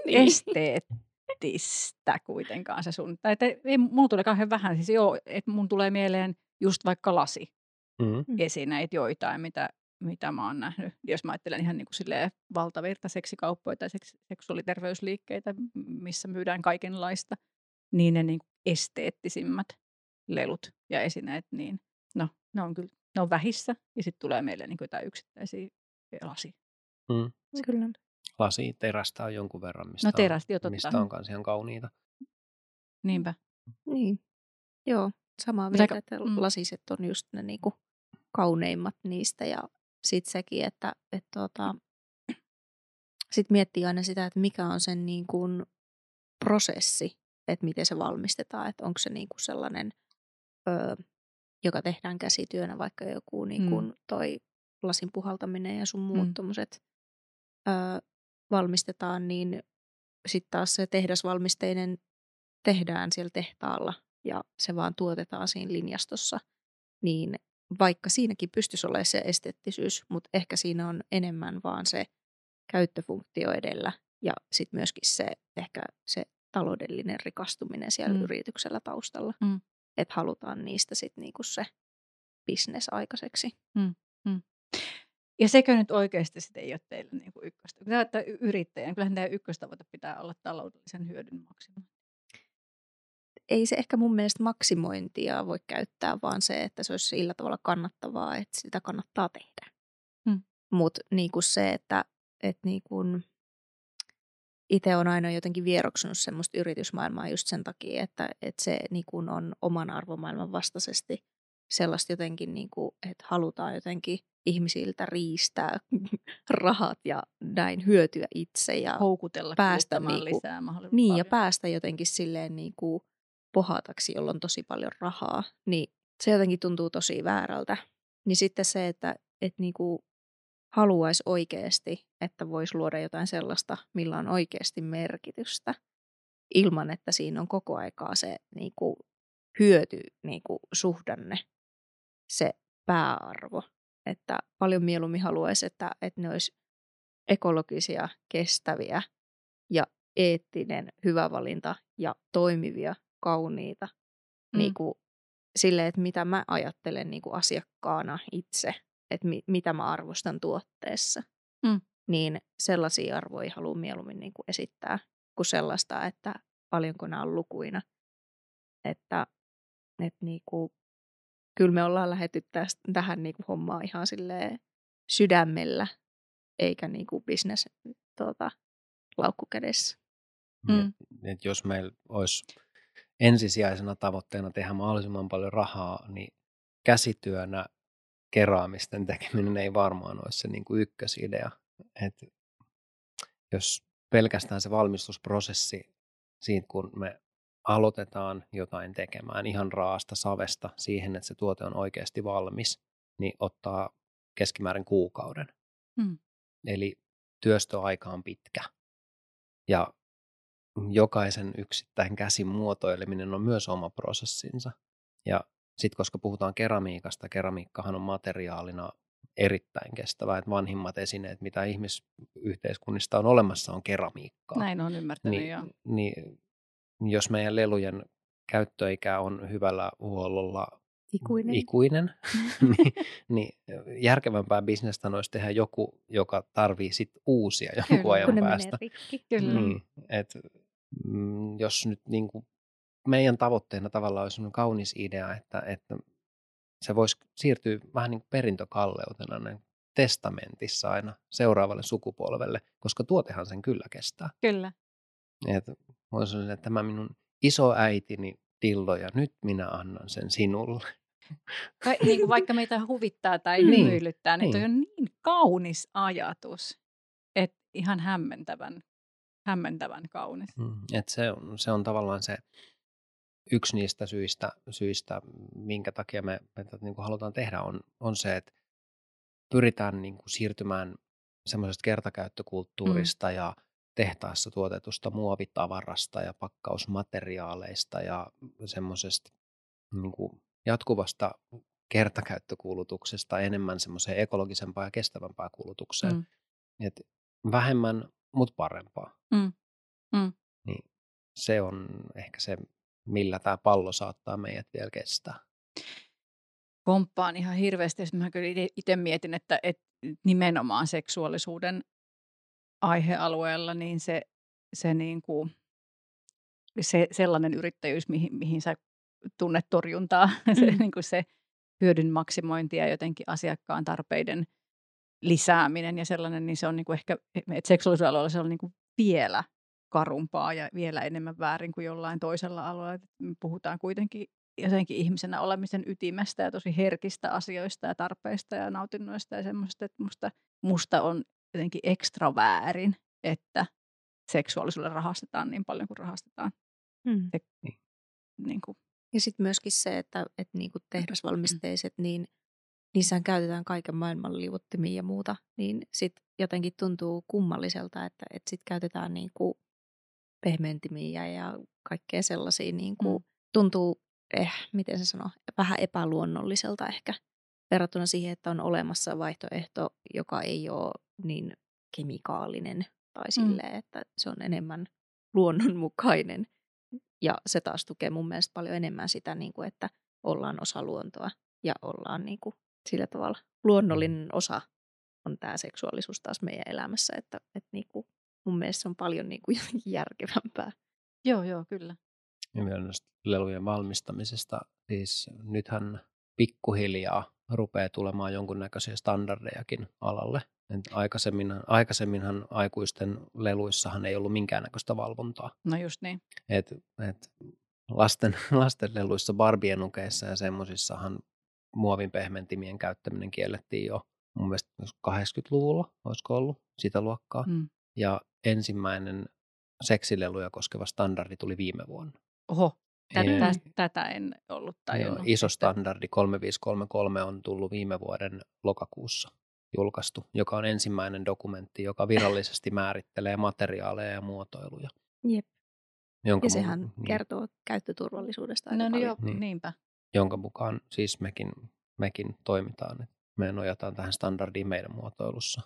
esteettistä kuitenkaan se sun. Mulla tulee kauhean vähän. Siis että mun tulee mieleen just vaikka lasiesineitä joitain, mitä mä oon nähnyt. Jos mä ajattelen ihan niin kuin silleen valtavirta seksikauppoja tai seksuaaliterveysliikkeitä, missä myydään kaikenlaista, niin ne niin kuin esteettisimmät lelut ja esineet, niin ne on vähissä. Ja sitten tulee meille niin kuin jotain yksittäisiä lasia. Kyllä. Lasi, terästä on jonkun verran, mistä on kans ihan kauniita. Niinpä. Niin, joo. Samaa mieltä, että lasiset on just ne niinku kauneimmat niistä. Ja sitten sekin, että sit miettii aina sitä, että mikä on sen niinku prosessi, että miten se valmistetaan. Että onko se niinku sellainen, joka tehdään käsityönä, vaikka joku niinku toi lasin puhaltaminen ja sun muut tommoset valmistetaan, niin sitten taas se tehdasvalmisteinen tehdään siellä tehtaalla ja se vaan tuotetaan siinä linjastossa, niin vaikka siinäkin pystyisi olemaan se esteettisyys, mutta ehkä siinä on enemmän vaan se käyttöfunktio edellä ja sitten myöskin ehkä se taloudellinen rikastuminen siellä yrityksellä taustalla, että halutaan niistä sitten niinku se business aikaiseksi. Ja sekö nyt oikeasti sitten ei ole teille niinku ykköstä? Kun te olette yrittäjän, kyllähän teidän ykköstavoite pitää olla taloudellisen hyödyn maksimointi. Ei se ehkä mun mielestä maksimointia voi käyttää, vaan se, että se olisi sillä tavalla kannattavaa, että sitä kannattaa tehdä. Mutta niinku se, että niinku itse on aina jotenkin vieroksunut semmoista yritysmaailmaa just sen takia, että se niinku on oman arvomaailman vastaisesti sellaista jotenkin, niinku, että halutaan jotenkin ihmisiltä riistää rahat ja näin hyötyä itse ja houkutella päästä niinku, lisää mahdollisimman niin, paljon. ja päästä jotenkin silleen niinku pohataksi, jolla on tosi paljon rahaa, niin se jotenkin tuntuu tosi väärältä. Niin sitten se, että niinku haluaisi oikeasti, että voisi luoda jotain sellaista, millä on oikeasti merkitystä, ilman että siinä on koko aikaa se niinku hyöty niinku suhdanne, se pääarvo. Että paljon mieluummin haluaisi, että ne olisi ekologisia, kestäviä ja eettinen, hyvä valinta ja toimivia, kauniita. Niinku silleen, että mitä mä ajattelen niinku asiakkaana itse, että mitä mä arvostan tuotteessa. Niin sellaisia arvoja haluan mieluummin niinku esittää kuin sellaista, että paljonko nämä on lukuina. Että niinku, kyllä me ollaan lähdetty tähän niinku hommaan ihan silleen sydämellä, eikä niinku business laukku kädessä. Et jos meillä olisi ensisijaisena tavoitteena tehdä mahdollisimman paljon rahaa, niin käsityönä keraamisten tekeminen ei varmaan olisi se niin kuin ykkösidea. Et jos pelkästään se valmistusprosessi siitä, kun me aloitetaan jotain tekemään ihan raasta savesta siihen, että se tuote on oikeasti valmis, niin ottaa keskimäärin kuukauden. Eli työstöaika on pitkä. Ja jokaisen yksittäin käsin muotoileminen on myös oma prosessinsa. Ja sitten koska puhutaan keramiikasta, keramiikkahan on materiaalina erittäin kestävää, että vanhimmat esineet, mitä ihmisyhteiskunnista on olemassa, on keramiikkaa. Näin on ymmärtänyt, joo. Niin, jos meidän lelujen käyttöikä on hyvällä huollolla ikuinen niin järkevämpää bisnestä olisi tehdä joku, joka tarvii sit uusia jonkun ajan päästä. Niin, jos nyt niinku meidän tavoitteena tavallaan olisi sellainen kaunis idea, että se voisi siirtyä vähän niin kuin perintökalleutena näin testamentissa aina seuraavalle sukupolvelle, koska tuotehan sen kyllä kestää. Kyllä. Voisi sanoa, että tämä minun isoäitini dildo ja nyt minä annan sen sinulle. Niin kuin vaikka meitä huvittaa tai hymyilyttää, niin toi on niin kaunis ajatus, että ihan hämmentävän kaunis. Että se on tavallaan se yksi niistä syistä minkä takia me niin kuin halutaan tehdä, on se, että pyritään niin kuin siirtymään semmoisesta kertakäyttökulttuurista ja tehtaassa tuotetusta muovitavarasta ja pakkausmateriaaleista ja semmoisesta niin kuin jatkuvasta kertakäyttökulutuksesta enemmän semmoiseen ekologisempaan ja kestävämpään kulutukseen. Et vähemmän, mutta parempaa. Niin se on ehkä se, millä tämä pallo saattaa meidät vielä kestää. Komppaan ihan hirveästi. Mä kyllä itse mietin, että nimenomaan seksuaalisuuden aihealueella niin se, niin kuin, se sellainen yrittäjyys, mihin sä tunnet torjuntaa, niin kuin se hyödyn maksimointi ja jotenkin asiakkaan tarpeiden lisääminen ja sellainen, niin se on niin kuin ehkä, että seksuaalisuusalueella se on niin kuin vielä karumpaa ja vielä enemmän väärin kuin jollain toisella alueella. Me puhutaan kuitenkin jotenkin ihmisenä olemisen ytimestä ja tosi herkistä asioista ja tarpeista ja nautinnoista ja semmoista, että musta on jotenkin ekstra väärin, että seksuaalisuudelle rahastetaan niin paljon kuin rahastetaan. Niin kuin. Ja sitten myöskin se, että niin kuin tehdasvalmisteiset, niin niissähän käytetään kaiken maailman liuottimia ja muuta, niin sitten jotenkin tuntuu kummalliselta, että sitten käytetään niin kuin pehmentimiä ja kaikkea sellaisia niin kuin, tuntuu, miten se sanoo, vähän epäluonnolliselta ehkä verrattuna siihen, että on olemassa vaihtoehto, joka ei ole niin kemikaalinen tai silleen, että se on enemmän luonnonmukainen. Ja se taas tukee mun mielestä paljon enemmän sitä, niin kuin, että ollaan osa luontoa ja ollaan niin kuin, sillä tavalla luonnollinen osa on tämä seksuaalisuus taas meidän elämässä, että niin kuin, mun mielestä se on paljon niin kuin, järkevämpää. Joo, kyllä. Ja myös näistä lelujen valmistamisesta, siis nythän pikkuhiljaa rupeaa tulemaan jonkunnäköisiä standardejakin alalle. Aikaisemminhan aikuisten leluissahan ei ollut minkäännäköistä valvontaa. No just niin. Et lasten leluissa, Barbie-nukeissa ja semmoisissahan muovin pehmentimien käyttäminen kiellettiin jo mun mielestä 80-luvulla, olisiko ollut sitä luokkaa. Ja ensimmäinen seksileluja koskeva standardi tuli viime vuonna. Oho, tätä en ollut tajunnut. Joo, iso standardi 3533 on tullut viime vuoden lokakuussa julkaistu, joka on ensimmäinen dokumentti, joka virallisesti määrittelee materiaaleja ja muotoiluja. Jep. Ja sehän kertoo käyttöturvallisuudesta aika paljon. Niinpä. Jonka mukaan siis mekin toimitaan. Me nojataan tähän standardiin meidän muotoilussa.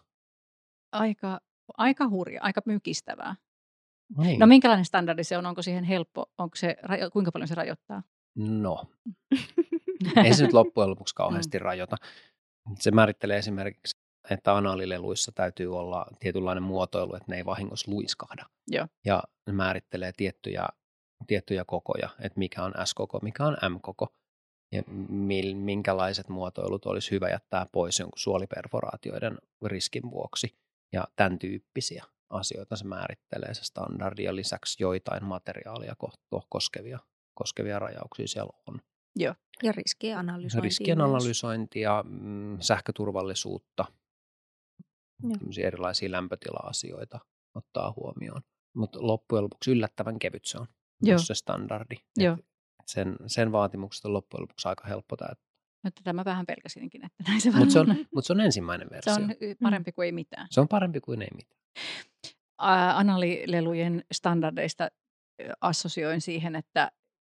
Aika hurja, aika mykistävää. Niin. No minkälainen standardi se on? Onko siihen helppo? Kuinka paljon se rajoittaa? No, ei se nyt loppujen lopuksi kauheasti rajoita. Se määrittelee esimerkiksi, että anaalileluissa täytyy olla tietynlainen muotoilu, että ne ei vahingossa luiskahda. Joo. Ja ne määrittelee tiettyjä kokoja, että mikä on S-koko, mikä on M-koko. Ja minkälaiset muotoilut olisi hyvä jättää pois jonkun suoliperforaatioiden riskin vuoksi. Ja tämän tyyppisiä asioita se määrittelee se standardi, ja lisäksi joitain materiaalia koskevia rajauksia siellä on. Joo. Ja riskien analysointia. Riskien analysointia, sähköturvallisuutta, erilaisia lämpötila-asioita ottaa huomioon. Mutta loppujen lopuksi yllättävän kevyt se on, se standardi. Sen vaatimukset on loppujen lopuksi aika helppo täyttää. Mutta tämä vähän pelkäsinkin, että näin se varmaan. Mutta se on ensimmäinen versio. Se on parempi kuin ei mitään. Se on parempi kuin ei mitään. Anaalilelujen standardeista assosioin siihen, että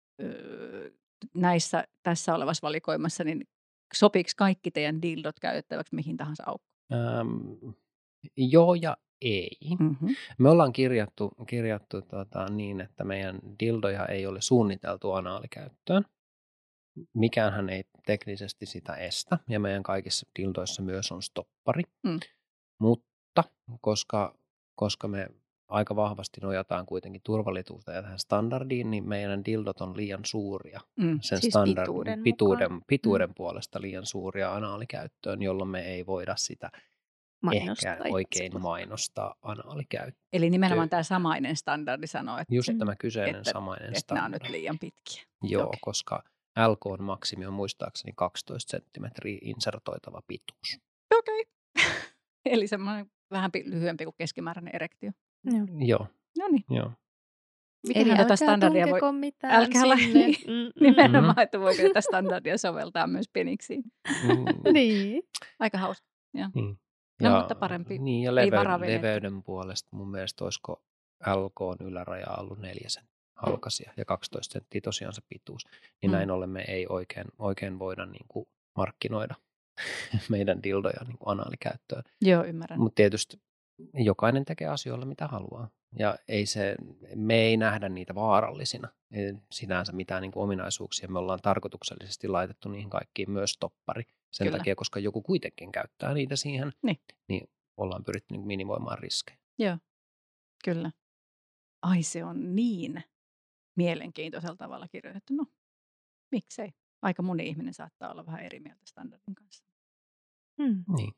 tässä olevassa valikoimassa, niin sopiiko kaikki teidän dildot käytettäväksi mihin tahansa aukkoon? Joo ja ei. Mm-hmm. Me ollaan kirjattu niin, että meidän dildoja ei ole suunniteltu anaalikäyttöön. Mikäänhän ei teknisesti sitä estä, ja meidän kaikissa dildoissa myös on stoppari. Mutta koska me aika vahvasti nojataan kuitenkin turvallisuuteen ja tähän standardiin, niin meidän dildot on liian suuria. Sen siis standardin pituuden puolesta liian suuria anaalikäyttöön, jolloin me ei voida sitä ehkä oikein mainostaa anaalikäyttöön. Eli nimenomaan tämä samainen standardi sanoo, että just tämä kyseinen samainen standardi. Nämä on nyt liian pitkiä. Joo, koska LK:n maksimi on muistaakseni 12 senttimetriä insertoitava pituus. Okei. Eli semmoinen vähän lyhyempi kuin keskimääräinen erektio. Joo. No niin. Joo. Miten tätä standardia voi... Älkää nimenomaan, että voiko tätä standardia soveltaa myös peniksiin. Niin. Aika hauska. Niin. No, mutta parempi. Niin, ja leveyden puolesta mun mielestä olisiko LK:n yläraja ollut 4 senttiä halkaisia ja 12 senttiä tosiaan se pituus. Niin näin ollen me ei oikein voida niin kuin markkinoida meidän dildoja niin kuin anaalikäyttöön. Joo, ymmärrän. Mutta tietysti jokainen tekee asioilla mitä haluaa. Ja me ei nähdä niitä vaarallisina. Ei sinänsä mitään niin kuin ominaisuuksia. Me ollaan tarkoituksellisesti laitettu niihin kaikkiin myös stoppari. Sen takia, koska joku kuitenkin käyttää niitä siihen, niin ollaan pyritty niin minimoimaan riskejä. Joo, kyllä. Ai se on niin mielenkiintoisella tavalla kirjoitettu. No, miksei? Aika moni ihminen saattaa olla vähän eri mieltä standardin kanssa. Niin.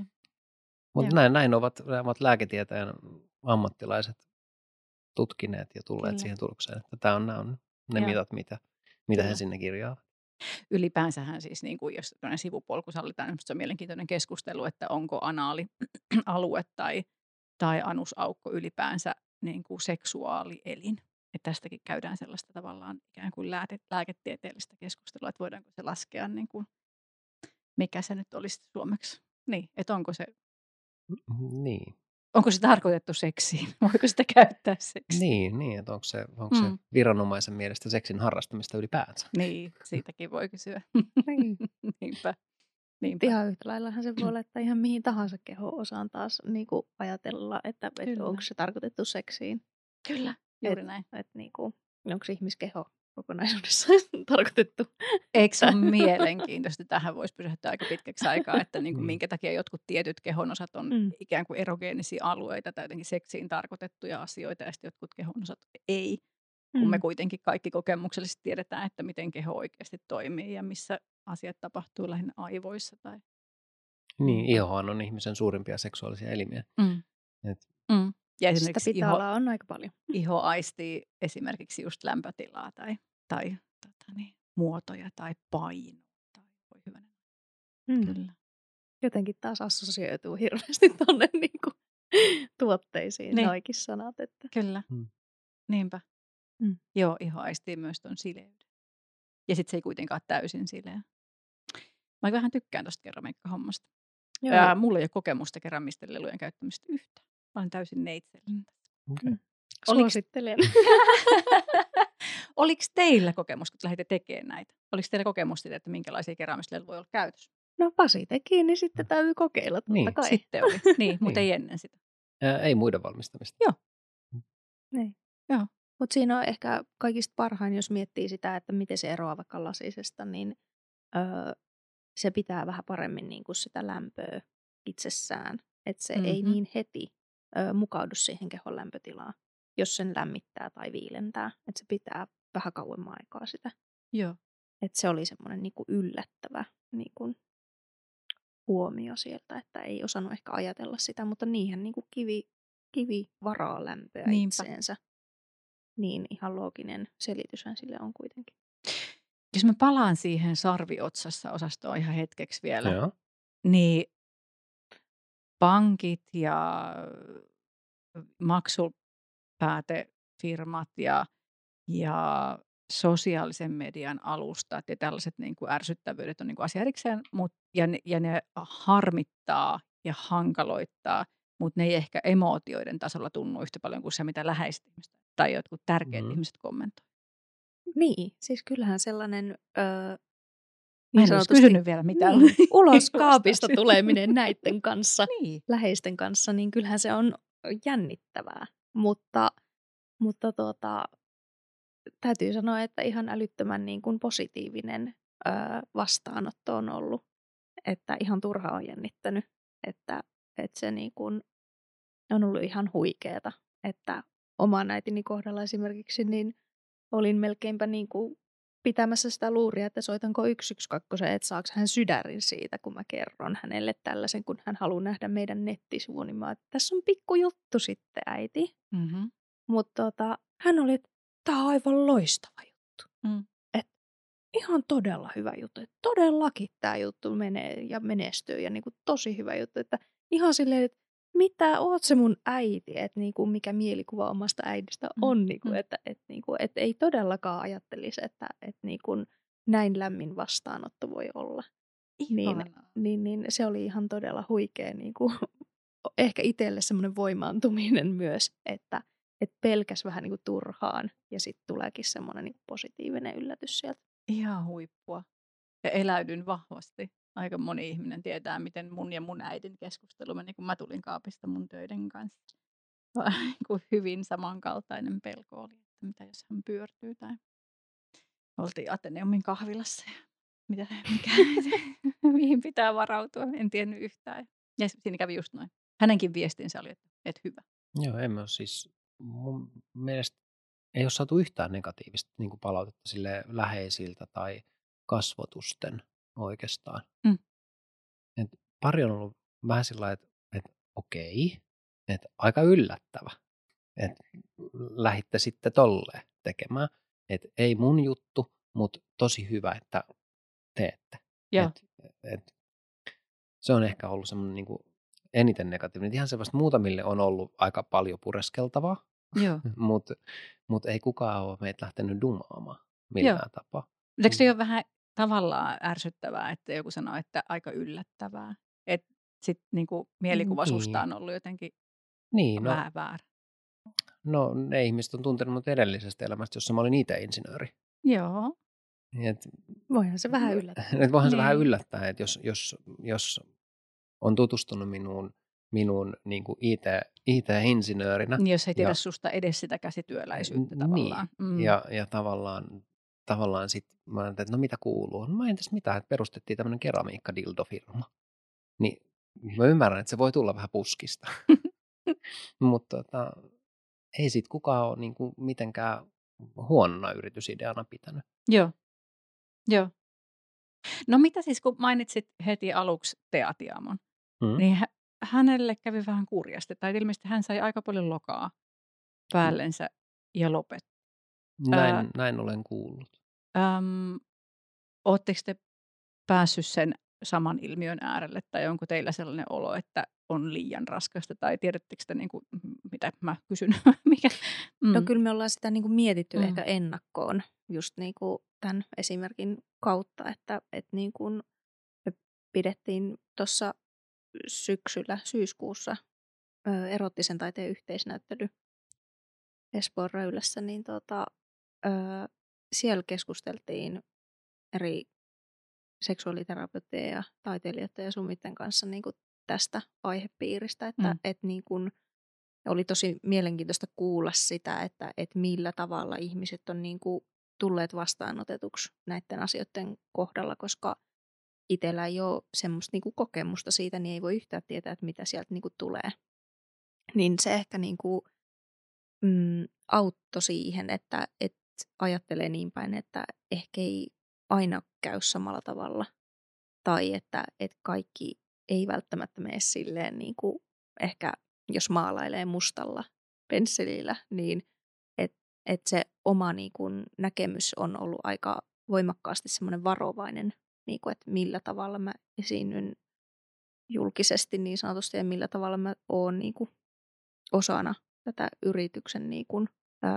Mutta näin ovat lääketieteen ammattilaiset tutkineet ja tulleet siihen tulokseen, että nämä on ne mitat, mitä he sinne kirjaavat. Ylipäänsähän siis, niin kuin jos sivupolku sallitaan, niin se on mielenkiintoinen keskustelu, että onko anaalialue tai anusaukko ylipäänsä niin kuin seksuaalielin. Että tästäkin käydään sellaista tavallaan ikään kuin lääketieteellistä keskustelua, että voidaanko se laskea, niin kuin, mikä se nyt olisi suomeksi. Niin, että onko se... Niin. onko se tarkoitettu seksiin? Voiko sitä käyttää seksiin? Niin, että onko se viranomaisen mielestä seksin harrastamista ylipäänsä? Niin, siitäkin voi kysyä. Niin. Niinpä. Ihan yhtä laillahan se voi laittaa ihan mihin tahansa keho-osaan taas niin kuin ajatella, että onko se tarkoitettu seksiin. Kyllä, juuri näin. Niin kuin, onko ihmiskeho kokonaisuudessa tarkoitettu. Eikö se ole mielenkiintoista? Tähän voisi pysähtyä aika pitkäksi aikaa, että niin kuin minkä takia jotkut tietyt kehonosat on ikään kuin erogeenisia alueita tai jotenkin seksiin tarkoitettuja asioita ja sitten jotkut kehonosat ei. Kun me kuitenkin kaikki kokemuksellisesti tiedetään, että miten keho oikeasti toimii ja missä asiat tapahtuu lähinnä aivoissa. Tai... Niin, ihohan on ihmisen suurimpia seksuaalisia elimiä. Ja sitä pitää on aika paljon. Iho aistii esimerkiksi just lämpötilaa tai muotoja tai painoa. Voi hyvänen. Kyllä. Jotenkin taas assosioituu hirveästi tuonne niinku tuotteisiin noikin sanat. Että. Kyllä, niinpä. Joo, iho aistii myös tuon sileyden. Ja sitten se ei kuitenkaan ole täysin sileä. Mä vähän tykkään tuosta keramiikkahommasta. Mulla ei ole kokemusta keramistelujen käyttämistä yhtään. Mä olen täysin neitsellinen. Okay. Suosittelen. Oliko teillä kokemus, kun lähditte tekemään näitä? Oliko teillä kokemusta, että minkälaisia keramisteluja voi olla käytössä? No Pasi teki, niin sitten täytyy kokeilla totta kai. Sitten oli. Niin, mutta ei ennen sitä. Ei muiden valmistamista. Joo. Niin. Joo. Mutta siinä on ehkä kaikista parhain, jos miettii sitä, että miten se eroaa vaikka lasisesta, niin se pitää vähän paremmin niin kuin sitä lämpöä itsessään. Että se ei niin heti mukaudu siihen kehon lämpötilaan, jos sen lämmittää tai viilentää. Että se pitää vähän kauemman aikaa sitä. Joo. Että se oli semmoinen niin kuin yllättävä niin kuin huomio sieltä, että ei osannut ehkä ajatella sitä, mutta niinhän niin kuin kivi varaa lämpöä itseensä. Niin ihan looginen selityshän sille on kuitenkin. Jos mä palaan siihen sarviotsassa osastoon ihan hetkeksi vielä, Joo. niin pankit ja maksupäätefirmat ja sosiaalisen median alustat ja tällaiset niin kuin ärsyttävyydet on niin kuin asia erikseen, ja ne harmittaa ja hankaloittaa, mutta ne ei ehkä emootioiden tasolla tunnu yhtä paljon kuin se, mitä läheiset ihmiset tai jotkut tärkeät ihmiset kommentoi. Niin, siis kyllähän sellainen mä en olisi kysynyt vielä mitään. Niin, ulos kaapista tuleminen näiden kanssa, niin. läheisten kanssa, niin kyllähän se on jännittävää. Mutta täytyy sanoa, että ihan älyttömän niin kuin positiivinen vastaanotto on ollut. Että ihan turha on jännittänyt, että se niin kuin on ollut ihan huikeeta. Että oman äitini kohdalla esimerkiksi niin olin melkeinpä niin kuin pitämässä sitä luuria, että soitanko 112, että saako hän sydärin siitä, kun mä kerron hänelle tällaisen, kun hän haluaa nähdä meidän nettisivun. Niin mä että tässä on pikku juttu sitten, äiti. Mm-hmm. Mutta hän oli, että tämä on aivan loistava juttu. Että ihan todella hyvä juttu. Että todellakin tämä juttu menee ja menestyy ja niin kuin tosi hyvä juttu. Että ihan silleen, että mitä, oot se mun äiti, että niinku, mikä mielikuva omasta äidistä on, niinku, että ei todellakaan ajattelisi, että niinku, näin lämmin vastaanotto voi olla. Niin se oli ihan todella huikea, niinku, ehkä itselle semmoinen voimaantuminen myös, että pelkäs vähän niinku turhaan ja sitten tuleekin semmoinen niinku positiivinen yllätys sieltä. Ihan huippua. Ja eläydyn vahvasti. Aika moni ihminen tietää, miten mun ja mun äidin keskustelu meni, kun mä tulin kaapista mun töiden kanssa. Hyvin samankaltainen pelko oli, että mitä jos hän pyörtyy. Tai oltiin Ateneumin kahvilassa ja mihin pitää varautua. En tiennyt yhtään. Ja siinä kävi just noin. Hänenkin viestinsä oli, että hyvä. Joo, emme ole siis, mun mielestä ei ole saatu yhtään negatiivista niin kuin palautetta sille läheisiltä tai kasvotusten oikeastaan. Et pari on ollut vähän sillä lailla, että okei, että aika yllättävä, että lähditte sitten tolleen tekemään. Että ei mun juttu, mutta tosi hyvä, että teette. Se on ehkä ollut semmoinen niin kuin eniten negatiivinen. Ihan se vasta muutamille on ollut aika paljon pureskeltavaa, mutta ei kukaan ole meitä lähtenyt dumaamaan millään tapaa. Eikö se ole vähän tavallaan ärsyttävää, että joku sanoo, että aika yllättävää? Että sitten niinku mielikuva susta on ollut jotenkin Niin, vähän väärä. no ne ihmiset on tuntenut mut edellisestä elämästä, jossa mä olin itse insinööri. Joo. Et, Voihan se vähän yllättää. et voihan se vähän Niin. yllättää, että jos on tutustunut minuun niin kuin IT-insinöörinä. Jos ei tiedä ja, susta edes sitä käsityöläisyyttä niin, tavallaan. ja tavallaan sitten mä ajattelin, että no mitä kuuluu? No mä en tässä mitään, että perustettiin tämmöinen keramiikka-dildo-firma. Niin mä ymmärrän, että se voi tulla vähän puskista. Mutta ei sit kukaan ole niin kuin mitenkään huonona yritysideana pitänyt. Joo. Joo. No mitä siis, kun mainitsit heti aluksi Teatiamon, niin hänelle kävi vähän kurjasti. Tai ilmeisesti hän sai aika paljon lokaa päällensä ja lopetti. Näin olen kuullut. Oletteko te päässyt sen saman ilmiön äärelle, tai onko teillä sellainen olo, että on liian raskasta, tai tiedättekö te, niin kuin, mitä mä kysyn? Mikä? No kyllä me ollaan sitä niin kuin mietitty ehkä ennakkoon just niin kuin tämän esimerkin kautta, että niin kuin me pidettiin tuossa syyskuussa erottisen taiteen yhteisnäyttely Espoon Röylässä, niin siellä keskusteltiin eri seksuaaliterapeuttien ja taiteilijoiden ja summitten kanssa niin kuin tästä aihepiiristä, että niin kuin oli tosi mielenkiintoista kuulla sitä, että millä tavalla ihmiset on niin kuin tulleet vastaanotetuksi näiden asioiden kohdalla, koska itsellä ei ole semmoista niin kuin kokemusta siitä, niin ei voi yhtään tietää, että mitä sieltä niin kuin tulee. Niin se ehkä niin kuin, auttoi siihen, että ajattelee niin päin, että ehkä ei aina käy samalla tavalla. Tai että kaikki ei välttämättä mene silleen, niin kuin ehkä jos maalailee mustalla pensselillä, niin että se oma niin kuin näkemys on ollut aika voimakkaasti semmoinen varovainen, niin kuin, että millä tavalla mä esiinnyn julkisesti niin sanotusti ja millä tavalla mä oon niin kuin osana tätä yrityksen niin kuin,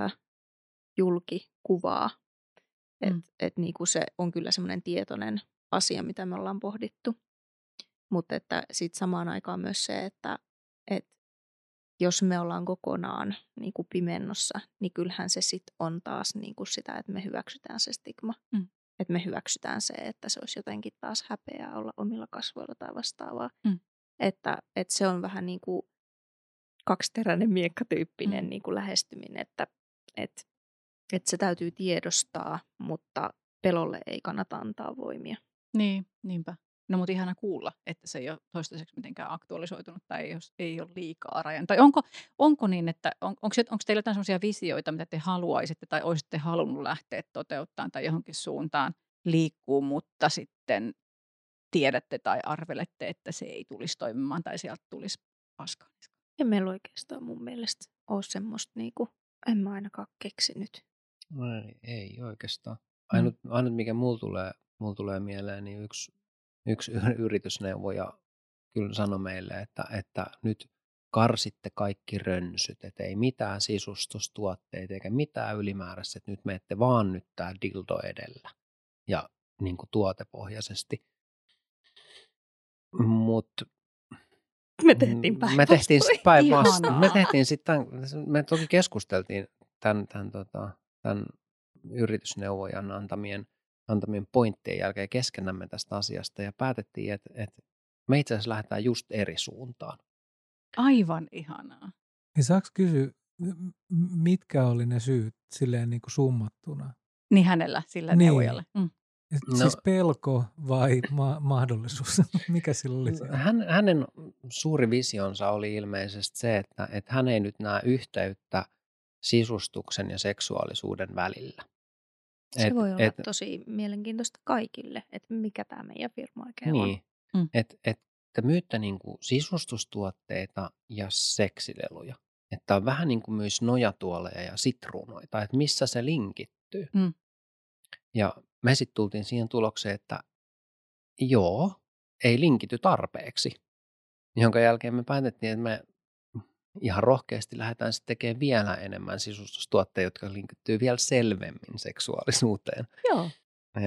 julkikuvaa. Että niin kuin se on kyllä semmoinen tietoinen asia, mitä me ollaan pohdittu. Mutta että sitten samaan aikaan myös se, että jos me ollaan kokonaan niin kuin pimennossa, niin kyllähän se sitten on taas niin kuin sitä, että me hyväksytään se stigma. Että me hyväksytään se, että se olisi jotenkin taas häpeää olla omilla kasvoilla tai vastaavaa. Että se on vähän niin kuin kaksiteräinen miekkatyyppinen niin kuin lähestyminen, että se täytyy tiedostaa, mutta pelolle ei kannata antaa voimia. Niin, niinpä. No mutta ihana kuulla, että se ei ole toistaiseksi mitenkään aktualisoitunut tai ei ole liikaa rajan. Tai onko niin, että onko teillä jotain sellaisia visioita, mitä te haluaisitte tai olisitte halunnut lähteä toteuttamaan tai johonkin suuntaan liikkuu, mutta sitten tiedätte tai arvelette, että se ei tulisi toimimaan tai sieltä tulisi paskaa? Ei meillä oikeastaan mun mielestä ole semmoista, niinku, en mä ainakaan keksinyt. No, ei oikeastaan. Ainut mikä mulla tulee mieleen, niin yksi yritysneuvoja kyllä sanoi meille, että nyt karsitte kaikki rönsyt, että ei mitään sisustustuotteita eikä mitään ylimääräistä, että nyt menette vaan nyt tää dildo edellä ja niin kuin tuotepohjaisesti. Mutta me tehtiin päinvastoin. Me toki keskusteltiin tämän yritysneuvojan antamien pointtien jälkeen keskenämme tästä asiasta ja päätettiin, että me itse asiassa lähdetään just eri suuntaan. Aivan ihanaa. Niin saaks kysyä, mitkä oli ne syyt silleen niin kuin summattuna? Niin hänellä, sillä neuvojalle. Siis pelko vai mahdollisuus? Mikä sillä oli? Hänen suuri visionsa oli ilmeisesti se, että hän ei nyt näe yhteyttä sisustuksen ja seksuaalisuuden välillä. Se voi olla tosi mielenkiintoista kaikille, että mikä tämä meidän firma oikein on. Että myytte niin kuin sisustustuotteita ja seksileluja. Että on vähän niin kuin myös nojatuoleja ja sitruunoita, että missä se linkittyy. Ja me sitten tultiin siihen tulokseen, että joo, ei linkity tarpeeksi. Jonka jälkeen me päätettiin, että me ihan rohkeasti lähdetään sitten tekemään vielä enemmän sisustustuotteita, jotka linkittyy vielä selvemmin seksuaalisuuteen. Joo.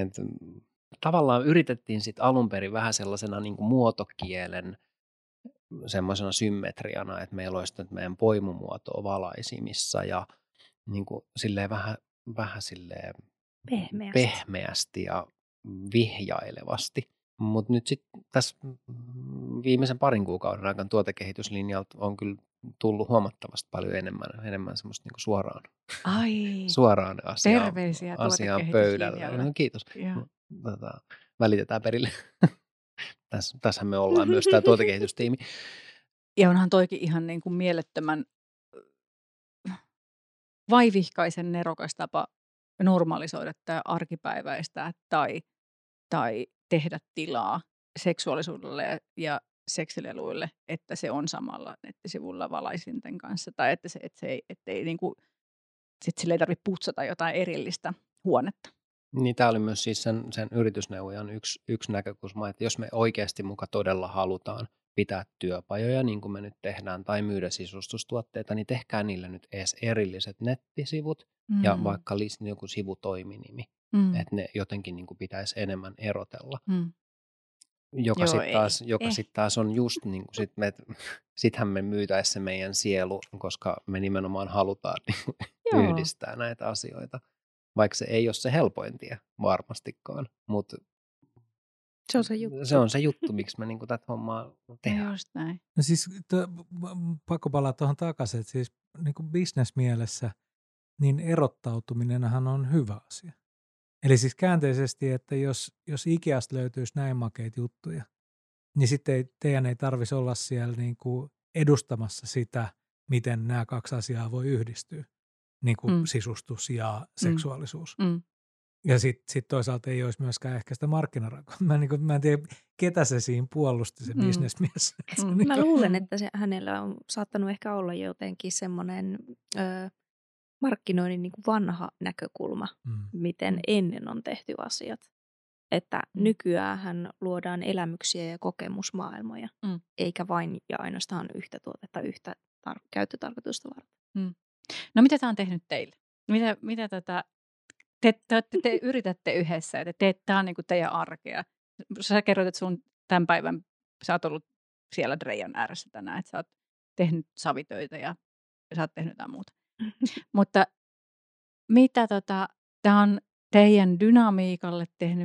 Tavallaan yritettiin sitten alun perin vähän sellaisena niin kuin muotokielen semmoisena symmetriana, että meillä olisi nyt meidän poimumuotoa valaisimissa ja niin kuin silleen vähän silleen pehmeästi ja vihjailevasti. Mutta nyt sitten tässä viimeisen parin kuukauden aikana tuotekehityslinjalta on kyllä tullut huomattavasti paljon enemmän semmoista niin kuin suoraan asiaan pöydällä. No, kiitos. Välitetään perille. Tässähän me ollaan myös tämä tuotekehitystiimi. Ja onhan toikin ihan niin kuin mielettömän vaivihkaisen nerokas tapa normalisoida tämä arkipäiväistä tai tehdä tilaa seksuaalisuudelle ja seksileluille, että se on samalla nettisivulla valaisinten kanssa. Tai että ei niin kuin, sit sille ei tarvitse putsata jotain erillistä huonetta. Niin tämä oli myös siis sen yritysneuvojan yksi näkökulma, että jos me oikeasti muka todella halutaan pitää työpajoja, niin kuin me nyt tehdään, tai myydä sisustustuotteita, niin tehkää niille nyt edes erilliset nettisivut ja vaikka joku sivutoiminimi, että ne jotenkin niin kuin pitäisi enemmän erotella. Joka sitten taas on just niin kuin sittenhän me myytäisi se meidän sielu, koska me nimenomaan halutaan niin yhdistää näitä asioita. Vaikka se ei ole se helpoin tie varmastikaan, mutta se on se juttu, miksi me niinku tätä hommaa tehdään. Just näin. No siis pakko palata tuohon takaisin, että siis niinku bisnesmielessä niin erottautuminenhan on hyvä asia. Eli siis käänteisesti, että jos Ikeasta löytyisi näin makeita juttuja, niin sitten teidän ei tarvitsisi olla siellä niinku edustamassa sitä, miten nämä kaksi asiaa voi yhdistyä. Niin kuin sisustus ja seksuaalisuus. Ja sitten toisaalta ei olisi myöskään ehkä sitä markkinarakoa. Mä en tiedä, ketä se siinä puolusti, se bisnesmies. Mä luulen, että hänellä on saattanut ehkä olla jotenkin semmoinen markkinoinnin niin kuin vanha näkökulma, miten ennen on tehty asiat. Että nykyään luodaan elämyksiä ja kokemusmaailmoja, eikä vain ja ainoastaan yhtä tuotetta, yhtä käyttötarkoitusta varten. No mitä tämä on tehnyt teille? Mitä te yritätte yhdessä, että tämä on niinku teidän arkea. Sä kerroit, että sun tämän päivän, sä oot ollut siellä Dreijan ääressä tänään, että sä oot tehnyt savitöitä ja sä oot tehnyt jotain muuta. Mutta mitä tämä on teidän dynamiikalle tehnyt,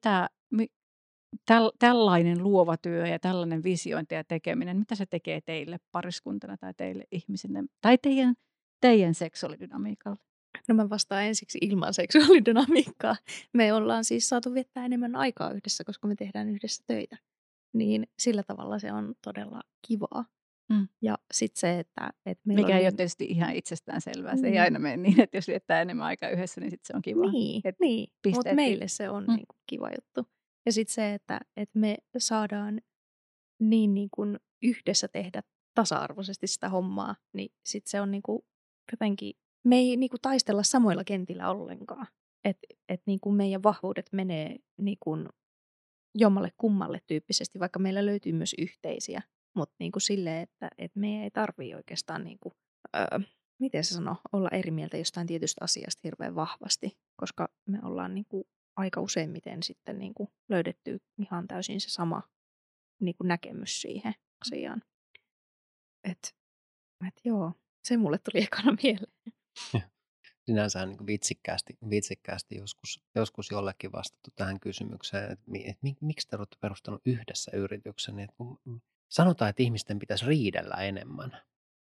tällainen luova työ ja tällainen visiointi ja tekeminen, mitä se tekee teille pariskuntana tai teille ihmisille tai teidän seksuaalidynamiikalle? No mä vastaan ensiksi ilman seksuaalidynamiikkaa. Me ollaan siis saatu viettää enemmän aikaa yhdessä, koska me tehdään yhdessä töitä. Niin sillä tavalla se on todella kivaa. Ja sitten se, että meillä mikä ei ole tietysti ihan itsestään selvää. Se ei aina mene niin, että jos viettää enemmän aikaa yhdessä, niin sitten se on kivaa. Niin. Mutta meille se on niin kuin kiva juttu. Ja sitten se, että me saadaan niin kuin yhdessä tehdä tasa-arvoisesti sitä hommaa, niin sitten se on niin kuin jotenkin, me ei niin kuin taistella samoilla kentillä ollenkaan. Että niin kuin meidän vahvuudet menee niin kuin jommalle kummalle tyyppisesti, vaikka meillä löytyy myös yhteisiä. Mutta niin kuin silleen, että me ei tarvitse oikeastaan, niin kuin, miten se sanoo, olla eri mieltä jostain tietystä asiasta hirveän vahvasti, koska me ollaan niin kuin aika useimmiten sitten niin kuin löydetty ihan täysin se sama niin kuin näkemys siihen asiaan. Että joo, se mulle tuli ekana mieleen. Sinänsä niin kuin vitsikkäästi joskus jollekin vastattu tähän kysymykseen, että miksi te olette perustanut yhdessä yrityksen. Sanotaan, että ihmisten pitäisi riidellä enemmän,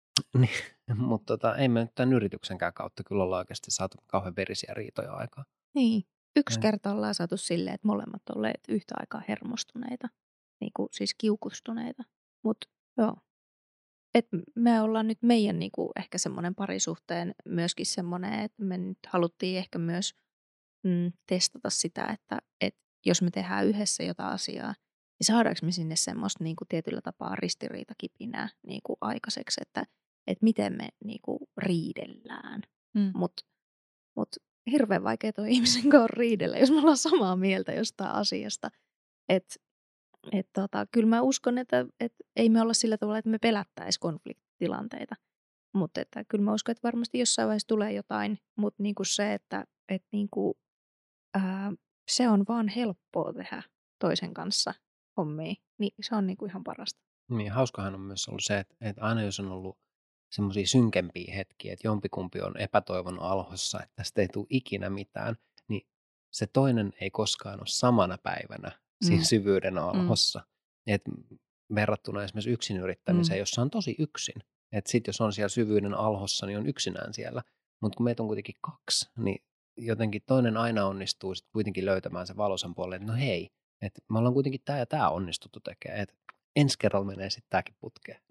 mutta ei me nyt tämän yrityksenkään kautta kyllä olla oikeasti saatu kauhean verisiä riitoja aikaan. Niin, yksi kerta ollaan saatu silleen, että molemmat olleet yhtä aikaa hermostuneita, niin kuin siis kiukustuneita, mutta joo. Että me ollaan nyt meidän niin kuin ehkä semmoinen parisuhteen myöskin semmoinen, että me nyt haluttiin ehkä myös testata sitä, että jos me tehdään yhdessä jotain asiaa, niin saadaanko me sinne semmoista niin kuin tietyllä tapaa ristiriitakipinää niin kuin aikaiseksi, että miten me niin kuin riidellään. Mut hirveän vaikea tuo ihmisen kanssa riidellä, jos me ollaan samaa mieltä jostain asiasta. Kyllä mä uskon, että ei me olla sillä tavalla, että me pelättäisi konfliktitilanteita. Mutta kyllä mä uskon, että varmasti jossain vaiheessa tulee jotain, mutta niinku se, että niinku, se on vaan helppoa tehdä toisen kanssa hommia, niin se on niinku ihan parasta. Niin, hauskahan on myös ollut se, että aina jos on ollut semmoisia synkempiä hetkiä, että jompikumpi on epätoivon alhossa, että tästä ei tule ikinä mitään, niin se toinen ei koskaan ole samana päivänä siinä syvyyden alhossa. Et verrattuna esimerkiksi yksin yrittämiseen, jossa on tosi yksin. Että sitten jos on siellä syvyyden alhossa, niin on yksinään siellä. Mutta kun meitä on kuitenkin 2, niin jotenkin toinen aina onnistuu sitten kuitenkin löytämään se valoisan puolen, että no hei, että me ollaan kuitenkin tämä ja tämä onnistuttu tekemään. Että ensi kerralla menee sitten tämäkin putkeen.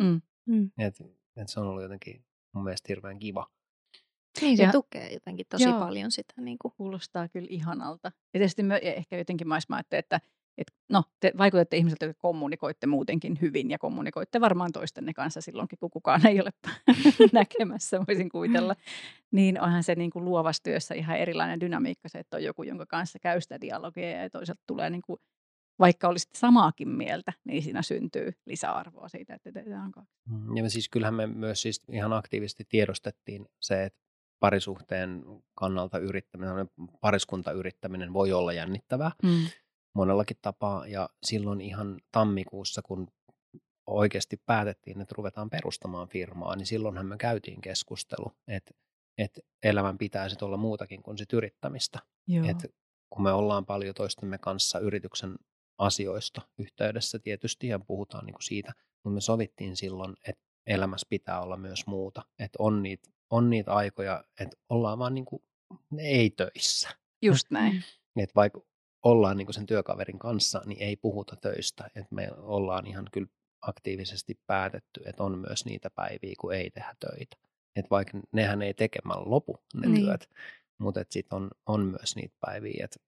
Et se on ollut jotenkin mun mielestä hirveän kiva. Niin, se tukee jotenkin tosi paljon sitä. Niin kuin. Kuulostaa kyllä ihanalta. Ja tietysti ehkä jotenkin mä ajattelen, että no, te vaikutatte ihmisiltä, jotka kommunikoitte muutenkin hyvin ja kommunikoitte varmaan toistenne kanssa silloinkin, kun kukaan ei ole näkemässä, voisin kuvitella. Niin onhan se niin kuin luovassa työssä ihan erilainen dynamiikka se, että on joku, jonka kanssa käy sitä dialogia ja toisaalta tulee niin kuin, vaikka olisit samaakin mieltä, niin siinä syntyy lisäarvoa siitä, että tehdään kaksi. Ja siis kyllähän me myös siis ihan aktiivisesti tiedostettiin se, että parisuhteen kannalta yrittäminen, pariskuntayrittäminen voi olla jännittävää monellakin tapaa. Ja silloin ihan tammikuussa, kun oikeasti päätettiin, että ruvetaan perustamaan firmaa, niin silloinhan me käytiin keskustelu, että elämän pitäisi olla muutakin kuin sit yrittämistä. Että kun me ollaan paljon toistemme kanssa yrityksen asioista yhteydessä tietysti ja puhutaan niin kuin siitä, mutta me sovittiin silloin, että elämässä pitää olla myös muuta. Että on niitä aikoja, että ollaan vaan niin kuin ei töissä. Just näin. Että vaikka ollaan niin kuin sen työkaverin kanssa, niin ei puhuta töistä. Että me ollaan ihan kyllä aktiivisesti päätetty, että on myös niitä päiviä, kun ei tehdä töitä. Että vaikka nehän ei tekemällä lopu ne työt, mutta sitten on myös niitä päiviä, että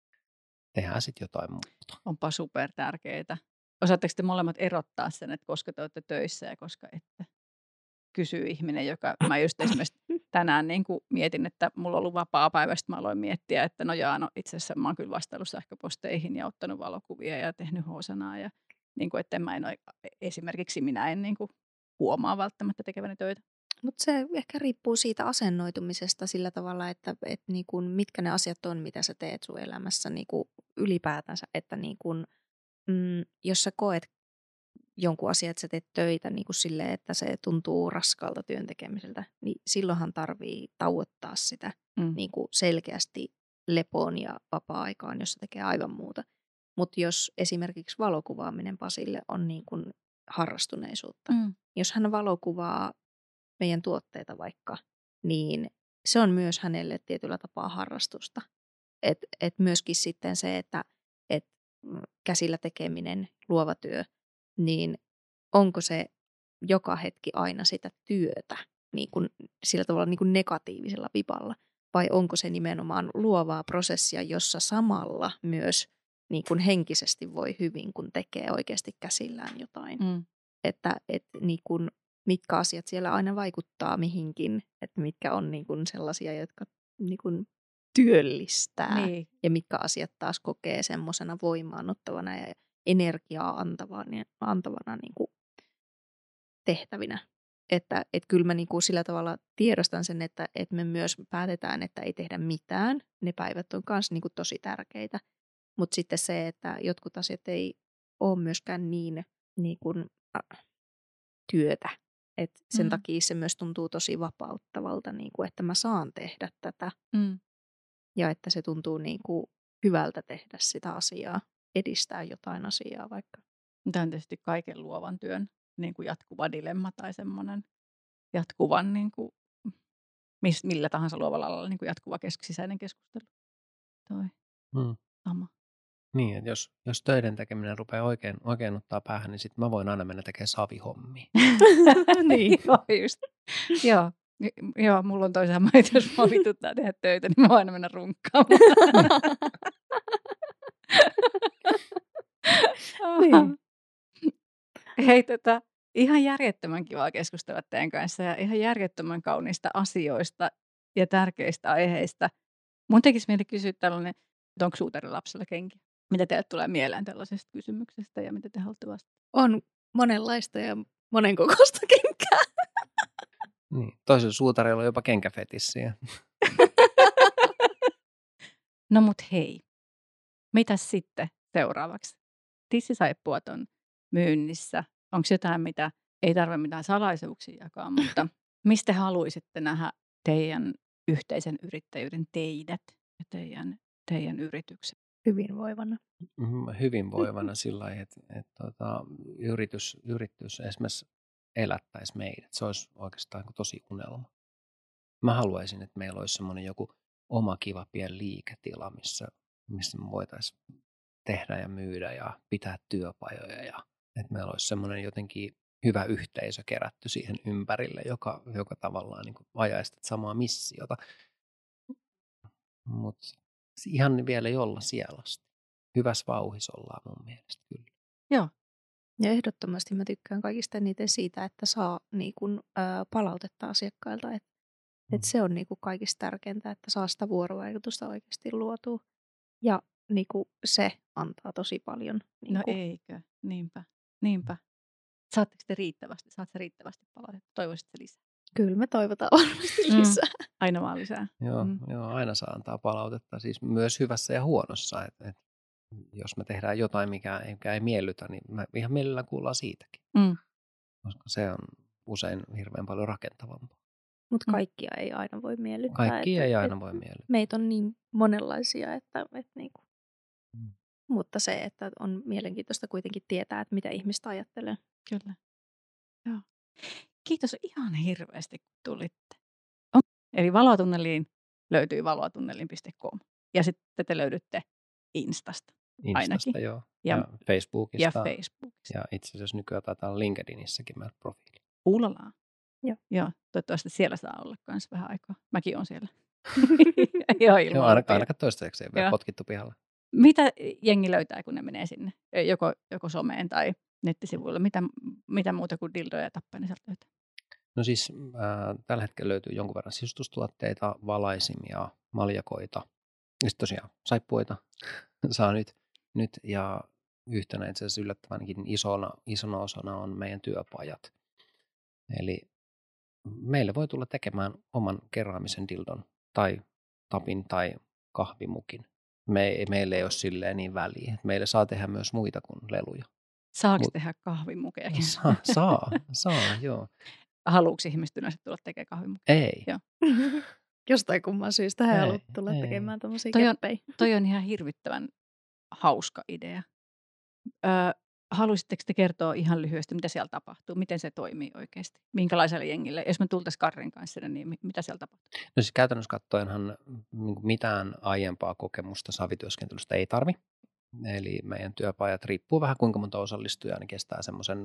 tehdään sitten jotain muuta. Onpa super tärkeää. Osaatteko te molemmat erottaa sen, että koska te olette töissä ja koska ette? Kysyy ihminen, joka mä just esimerkiksi tänään niin kuin mietin, että mulla on ollut vapaa-päivä, sitten mä aloin miettiä, että no itse asiassa mä oon kyllä vastaillut sähköposteihin ja ottanut valokuvia ja tehnyt hoosanaa ja niin kuin, että esimerkiksi minä en niin kuin huomaa välttämättä tekeväni töitä. Mutta se ehkä riippuu siitä asennoitumisesta sillä tavalla, että niin kun, mitkä ne asiat on, mitä sä teet sun elämässä niin kun ylipäätänsä. Että niin kun, jos sä koet jonkun asian, että sä teet töitä niin kun silleen, että se tuntuu raskaalta työn tekemiseltä, niin silloinhan tarvii tauottaa sitä niin kun selkeästi lepoon ja vapaa-aikaan, jos se tekee aivan muuta. Mutta jos esimerkiksi valokuvaaminen Pasille on niin kun harrastuneisuutta, jos hän valokuvaa meidän tuotteita vaikka, niin se on myös hänelle tietyllä tapaa harrastusta. Et myöskin sitten se, että käsillä tekeminen, luova työ, niin onko se joka hetki aina sitä työtä niin kuin sillä tavalla niin kuin negatiivisella vipalla, vai onko se nimenomaan luovaa prosessia, jossa samalla myös niin kuin henkisesti voi hyvin, kun tekee oikeasti käsillään jotain. Että niin kuin mitkä asiat siellä aina vaikuttaa mihinkin, että mitkä on niin kuin sellaisia, jotka niin kuin työllistää ja mitkä asiat taas kokee semmoisena voimaanottavana ja energiaa antavana niin kuin tehtävinä. Että kyllä mä niin kuin sillä tavalla tiedostan sen, että me myös päätetään, että ei tehdä mitään. Ne päivät on myös niin kuin tosi tärkeitä. Mutta sitten se, että jotkut asiat ei ole myöskään niin kuin työtä. Et sen takia se myös tuntuu tosi vapauttavalta, niin kuin, että mä saan tehdä tätä. Ja että se tuntuu niin kuin hyvältä tehdä sitä asiaa, edistää jotain asiaa vaikka. Tämä on tietysti kaiken luovan työn niin kuin jatkuva dilemma tai semmoinen jatkuvan, niin kuin, millä tahansa luovalla alalla niin kuin jatkuva sisäinen keskustelu. Toi sama. Niin, että jos töiden tekeminen rupeaa oikein ottaa päähän, niin sitten mä voin aina mennä tekemään savihommia. Niin, just. Joo, mulla on toisaalta, että jos mä vituttaa tehdä töitä, niin mä voin aina mennä runkkaamaan. Niin. Hei, ihan järjettömän kivaa keskustella teidän kanssa ja ihan järjettömän kauniista asioista ja tärkeistä aiheista. Mun tekisi mieli kysyä tällainen, että onko suutarilapsella kenkiä? Mitä teille tulee mieleen tällaisesta kysymyksestä ja mitä te haluatte vastata? On monenlaista ja monenkokoista kenkää. Niin, toisella suutarilla on jopa kenkäfetissiä. No mut hei, mitäs sitten seuraavaksi? Tissisaippua on myynnissä. Onko jotain, mitä ei tarvitse mitään salaisuuksia jakaa, mutta mistä haluaisitte nähdä teidän yhteisen yrittäjyyden teidät ja teidän yrityksen? Hyvinvoivana. Hyvinvoivana sillä lailla, että yritys esimerkiksi elättäisi meidät. Se olisi oikeastaan tosi unelma. Mä haluaisin, että meillä olisi semmoinen joku oma kiva pieni liiketila, missä me voitaisiin tehdä ja myydä ja pitää työpajoja. Ja että meillä olisi semmoinen jotenkin hyvä yhteisö kerätty siihen ympärille, joka tavallaan niin kuin ajaisi tätä samaa missiota. Mutta ihan vielä jolla siellä asti. Hyvässä vauhissa ollaan mun mielestä kyllä. Joo. Ja ehdottomasti mä tykkään kaikista eniten siitä, että saa niin kun, palautetta asiakkailta. Että se on niin kun kaikista tärkeintä, että saa sitä vuorovaikutusta oikeasti luotua. Ja niin kun se antaa tosi paljon. Niin No kun, eikö? Niinpä. Saatteko te riittävästi? Saatko riittävästi palautetta? Toivoisitte lisää? Kyllä me toivotaan varmasti lisää. Aina vaan lisää. Joo, aina saa antaa palautetta, siis myös hyvässä ja huonossa. Et jos me tehdään jotain, mikä ei miellytä, niin me ihan mielellään kuullaan siitäkin. Koska se on usein hirveän paljon rakentavampaa. Mutta kaikkia ei aina voi miellyttää. Kaikkia ei aina voi miellyttää. Meitä on niin monenlaisia, että niinku. Mutta se, että on mielenkiintoista kuitenkin tietää, että mitä ihmistä ajattelee. Kyllä. Joo. Kiitos ihan hirveästi, kun tulitte. Eli Valotunneliin löytyy valotunnelin.com. Ja sitten te löydytte Instasta ainakin. Joo. Ja Facebookista. Ja Facebookista. Ja itse asiassa nykyään taitaa LinkedInissäkin meidän profiili. Uulalaa. Joo. Toivottavasti siellä saa olla myös vähän aikaa. Mäkin olen siellä. Joo, ainakaan toistaiseksi ei vielä potkittu pihalla. Mitä jengi löytää, kun ne menee sinne? Joko someen tai nettisivuilla? Mitä muuta kuin dildoja ja tappeja sieltä löytää? No siis tällä hetkellä löytyy jonkun verran sisustustuotteita, valaisimia, maljakoita. Ja sitten tosiaan saippuita saa nyt. Ja yhtenä itse asiassa yllättävänkin isona osana on meidän työpajat. Eli meille voi tulla tekemään oman keräämisen dildon tai tapin tai kahvimukin. Meille ei ole silleen niin väliä. Meille saa tehdä myös muita kuin leluja. Saako tehdä kahvimukejakin? Saa, joo. Haluuko ihmiset yleensä tulla tekemään kahvimukeja? Ei. Joo. Jostain kumman syystä he haluavat tulla tekemään tämmöisiä keppejä. Toi on ihan hirvittävän hauska idea. Haluaisitteko te kertoa ihan lyhyesti, mitä siellä tapahtuu? Miten se toimii oikeasti? Minkälaiselle jengille? Jos me tultaisiin Karrin kanssa, niin mitä siellä tapahtuu? No siis käytännössä katsoenhan mitään aiempaa kokemusta savityöskentelystä ei tarvi. Eli meidän työpajat riippuu vähän kuinka monta osallistujaa, niin kestää semmoisen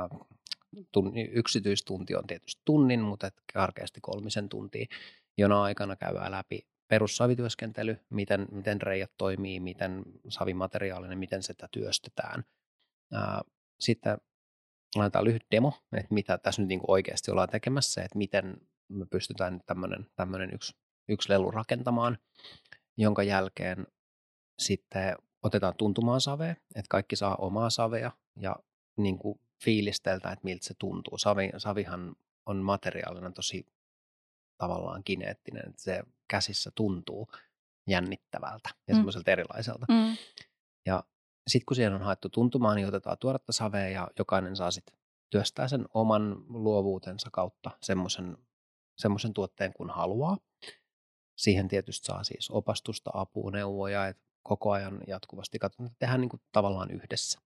yksityistunti on tietysti tunnin, mutta karkeasti 3 tuntia. Jona aikana käydään läpi perussavityöskentely, miten reijat toimii, miten savimateriaalinen, miten sitä työstetään. Sitten laitetaan lyhyt demo, että mitä tässä nyt niin kuin oikeasti ollaan tekemässä, että miten me pystytään tämmöinen yksi lelu rakentamaan, jonka jälkeen sitten otetaan tuntumaan savea, että kaikki saa omaa savea ja niin kuin fiilisteltä, että miltä se tuntuu. Savihan on materiaalina tosi tavallaan kineettinen, että se käsissä tuntuu jännittävältä ja semmoiselta erilaiselta. Ja sitten kun siihen on haettu tuntumaan, niin otetaan tuoretta savea ja jokainen saa sitten työstää sen oman luovuutensa kautta semmoisen tuotteen kun haluaa. Siihen tietysti saa siis opastusta, apua, neuvoja, että koko ajan jatkuvasti katsotaan, että tehdään niin kuin tavallaan yhdessä.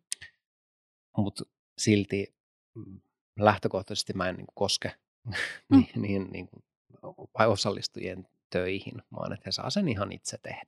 Mutta silti lähtökohtaisesti mä en niin kuin koske niin kuin osallistujien töihin, vaan että he saa sen ihan itse tehdä.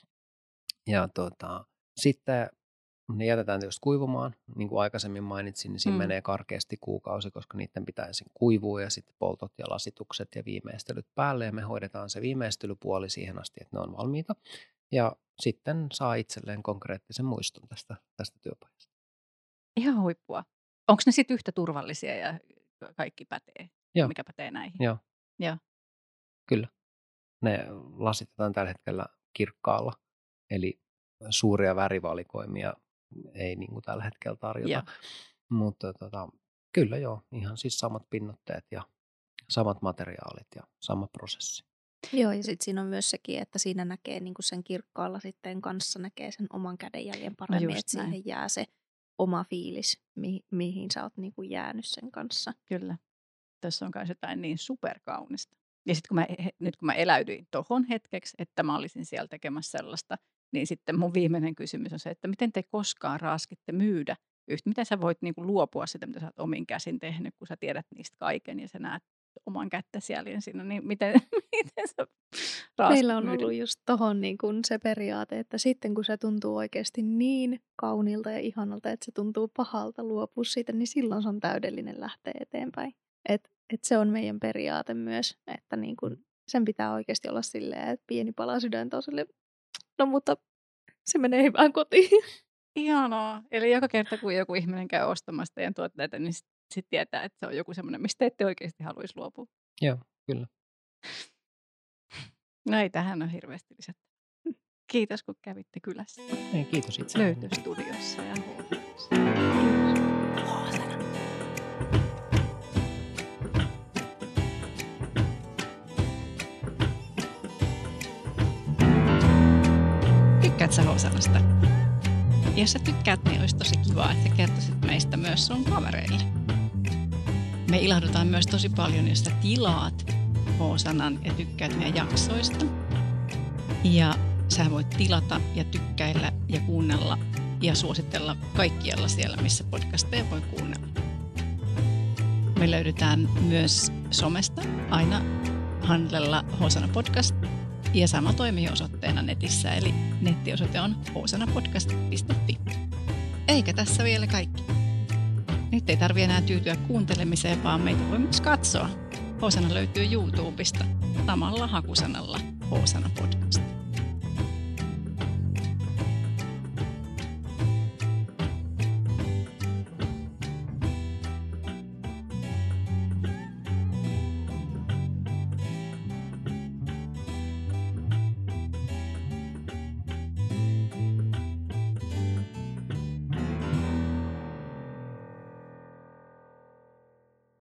Ja sitten ne jätetään tietysti kuivumaan, niin kuin aikaisemmin mainitsin, niin siinä menee karkeasti kuukausi, koska niiden pitää ensin kuivua ja sitten poltot ja lasitukset ja viimeistelyt päälle ja me hoidetaan se viimeistelypuoli siihen asti, että ne on valmiita. Ja sitten saa itselleen konkreettisen muiston tästä työpajasta. Ihan huippua. Onko ne sitten yhtä turvallisia ja kaikki pätee? Joo. Mikä pätee näihin? Joo. Kyllä. Ne lasitetaan tällä hetkellä kirkkaalla, eli suuria värivalikoimia ei niin kuin tällä hetkellä tarjota. Mutta kyllä joo, ihan siis samat pinnotteet ja samat materiaalit ja sama prosessi. Joo, ja sitten siinä on myös sekin, että siinä näkee niin kuin sen kirkkaalla sitten kanssa näkee sen oman kädenjäljen paremmin, että siihen jää se oma fiilis, mihin sä oot niin kuin jäänyt sen kanssa. Kyllä. Tässä on myös jotain niin superkaunista. Ja sitten nyt kun mä eläydyin tohon hetkeksi, että mä olisin siellä tekemässä sellaista, niin sitten mun viimeinen kysymys on se, että miten te koskaan raaskitte myydä yhtä? Miten sä voit niinku luopua sitä, mitä sä oot omin käsin tehnyt, kun sä tiedät niistä kaiken ja sä näet oman kättäsi jäljen siinä, niin miten sä raaskit Meillä on myydä? ollut just tohon niin kuin se periaate, että sitten kun se tuntuu oikeasti niin kauniilta ja ihanalta, että se tuntuu pahalta luopua siitä, niin silloin se on täydellinen lähteä eteenpäin. Et se on meidän periaate myös, että niin kuin sen pitää oikeasti olla silleen, että pieni pala sydäntä on silleen, no mutta se menee hyvään kotiin. Ihanaa. Eli joka kerta, kun joku ihminen käy ostamassa teidän tuotteita, niin sitten tietää, että se on joku semmoinen, mistä ette oikeasti haluaisi luopua. Joo, kyllä. No ei, tähän on hirveästi lisätty. Kiitos, kun kävitte kylässä. Ei, kiitos itse. Löytyy studiossa ja Tykkäät sä Hosanasta? Jos sä tykkäät, niin olisi tosi kiva, että kertoisit meistä myös sun kavereille. Me ilahdutaan myös tosi paljon, jos sä tilaat Hosanan ja tykkäät meidän jaksoista. Ja sä voit tilata ja tykkäillä ja kuunnella ja suositella kaikkialla siellä, missä podcasteja voi kuunnella. Me löydetään myös somesta aina handlella Hosana Podcast ja sama toimii osoitteena netissä, eli nettiosoite on hosanapodcast.fi. Eikä tässä vielä kaikki. Nyt ei tarvitse enää tyytyä kuuntelemiseen, vaan meitä voi myös katsoa. Hosana löytyy YouTubesta samalla hakusanalla Hosana Podcast.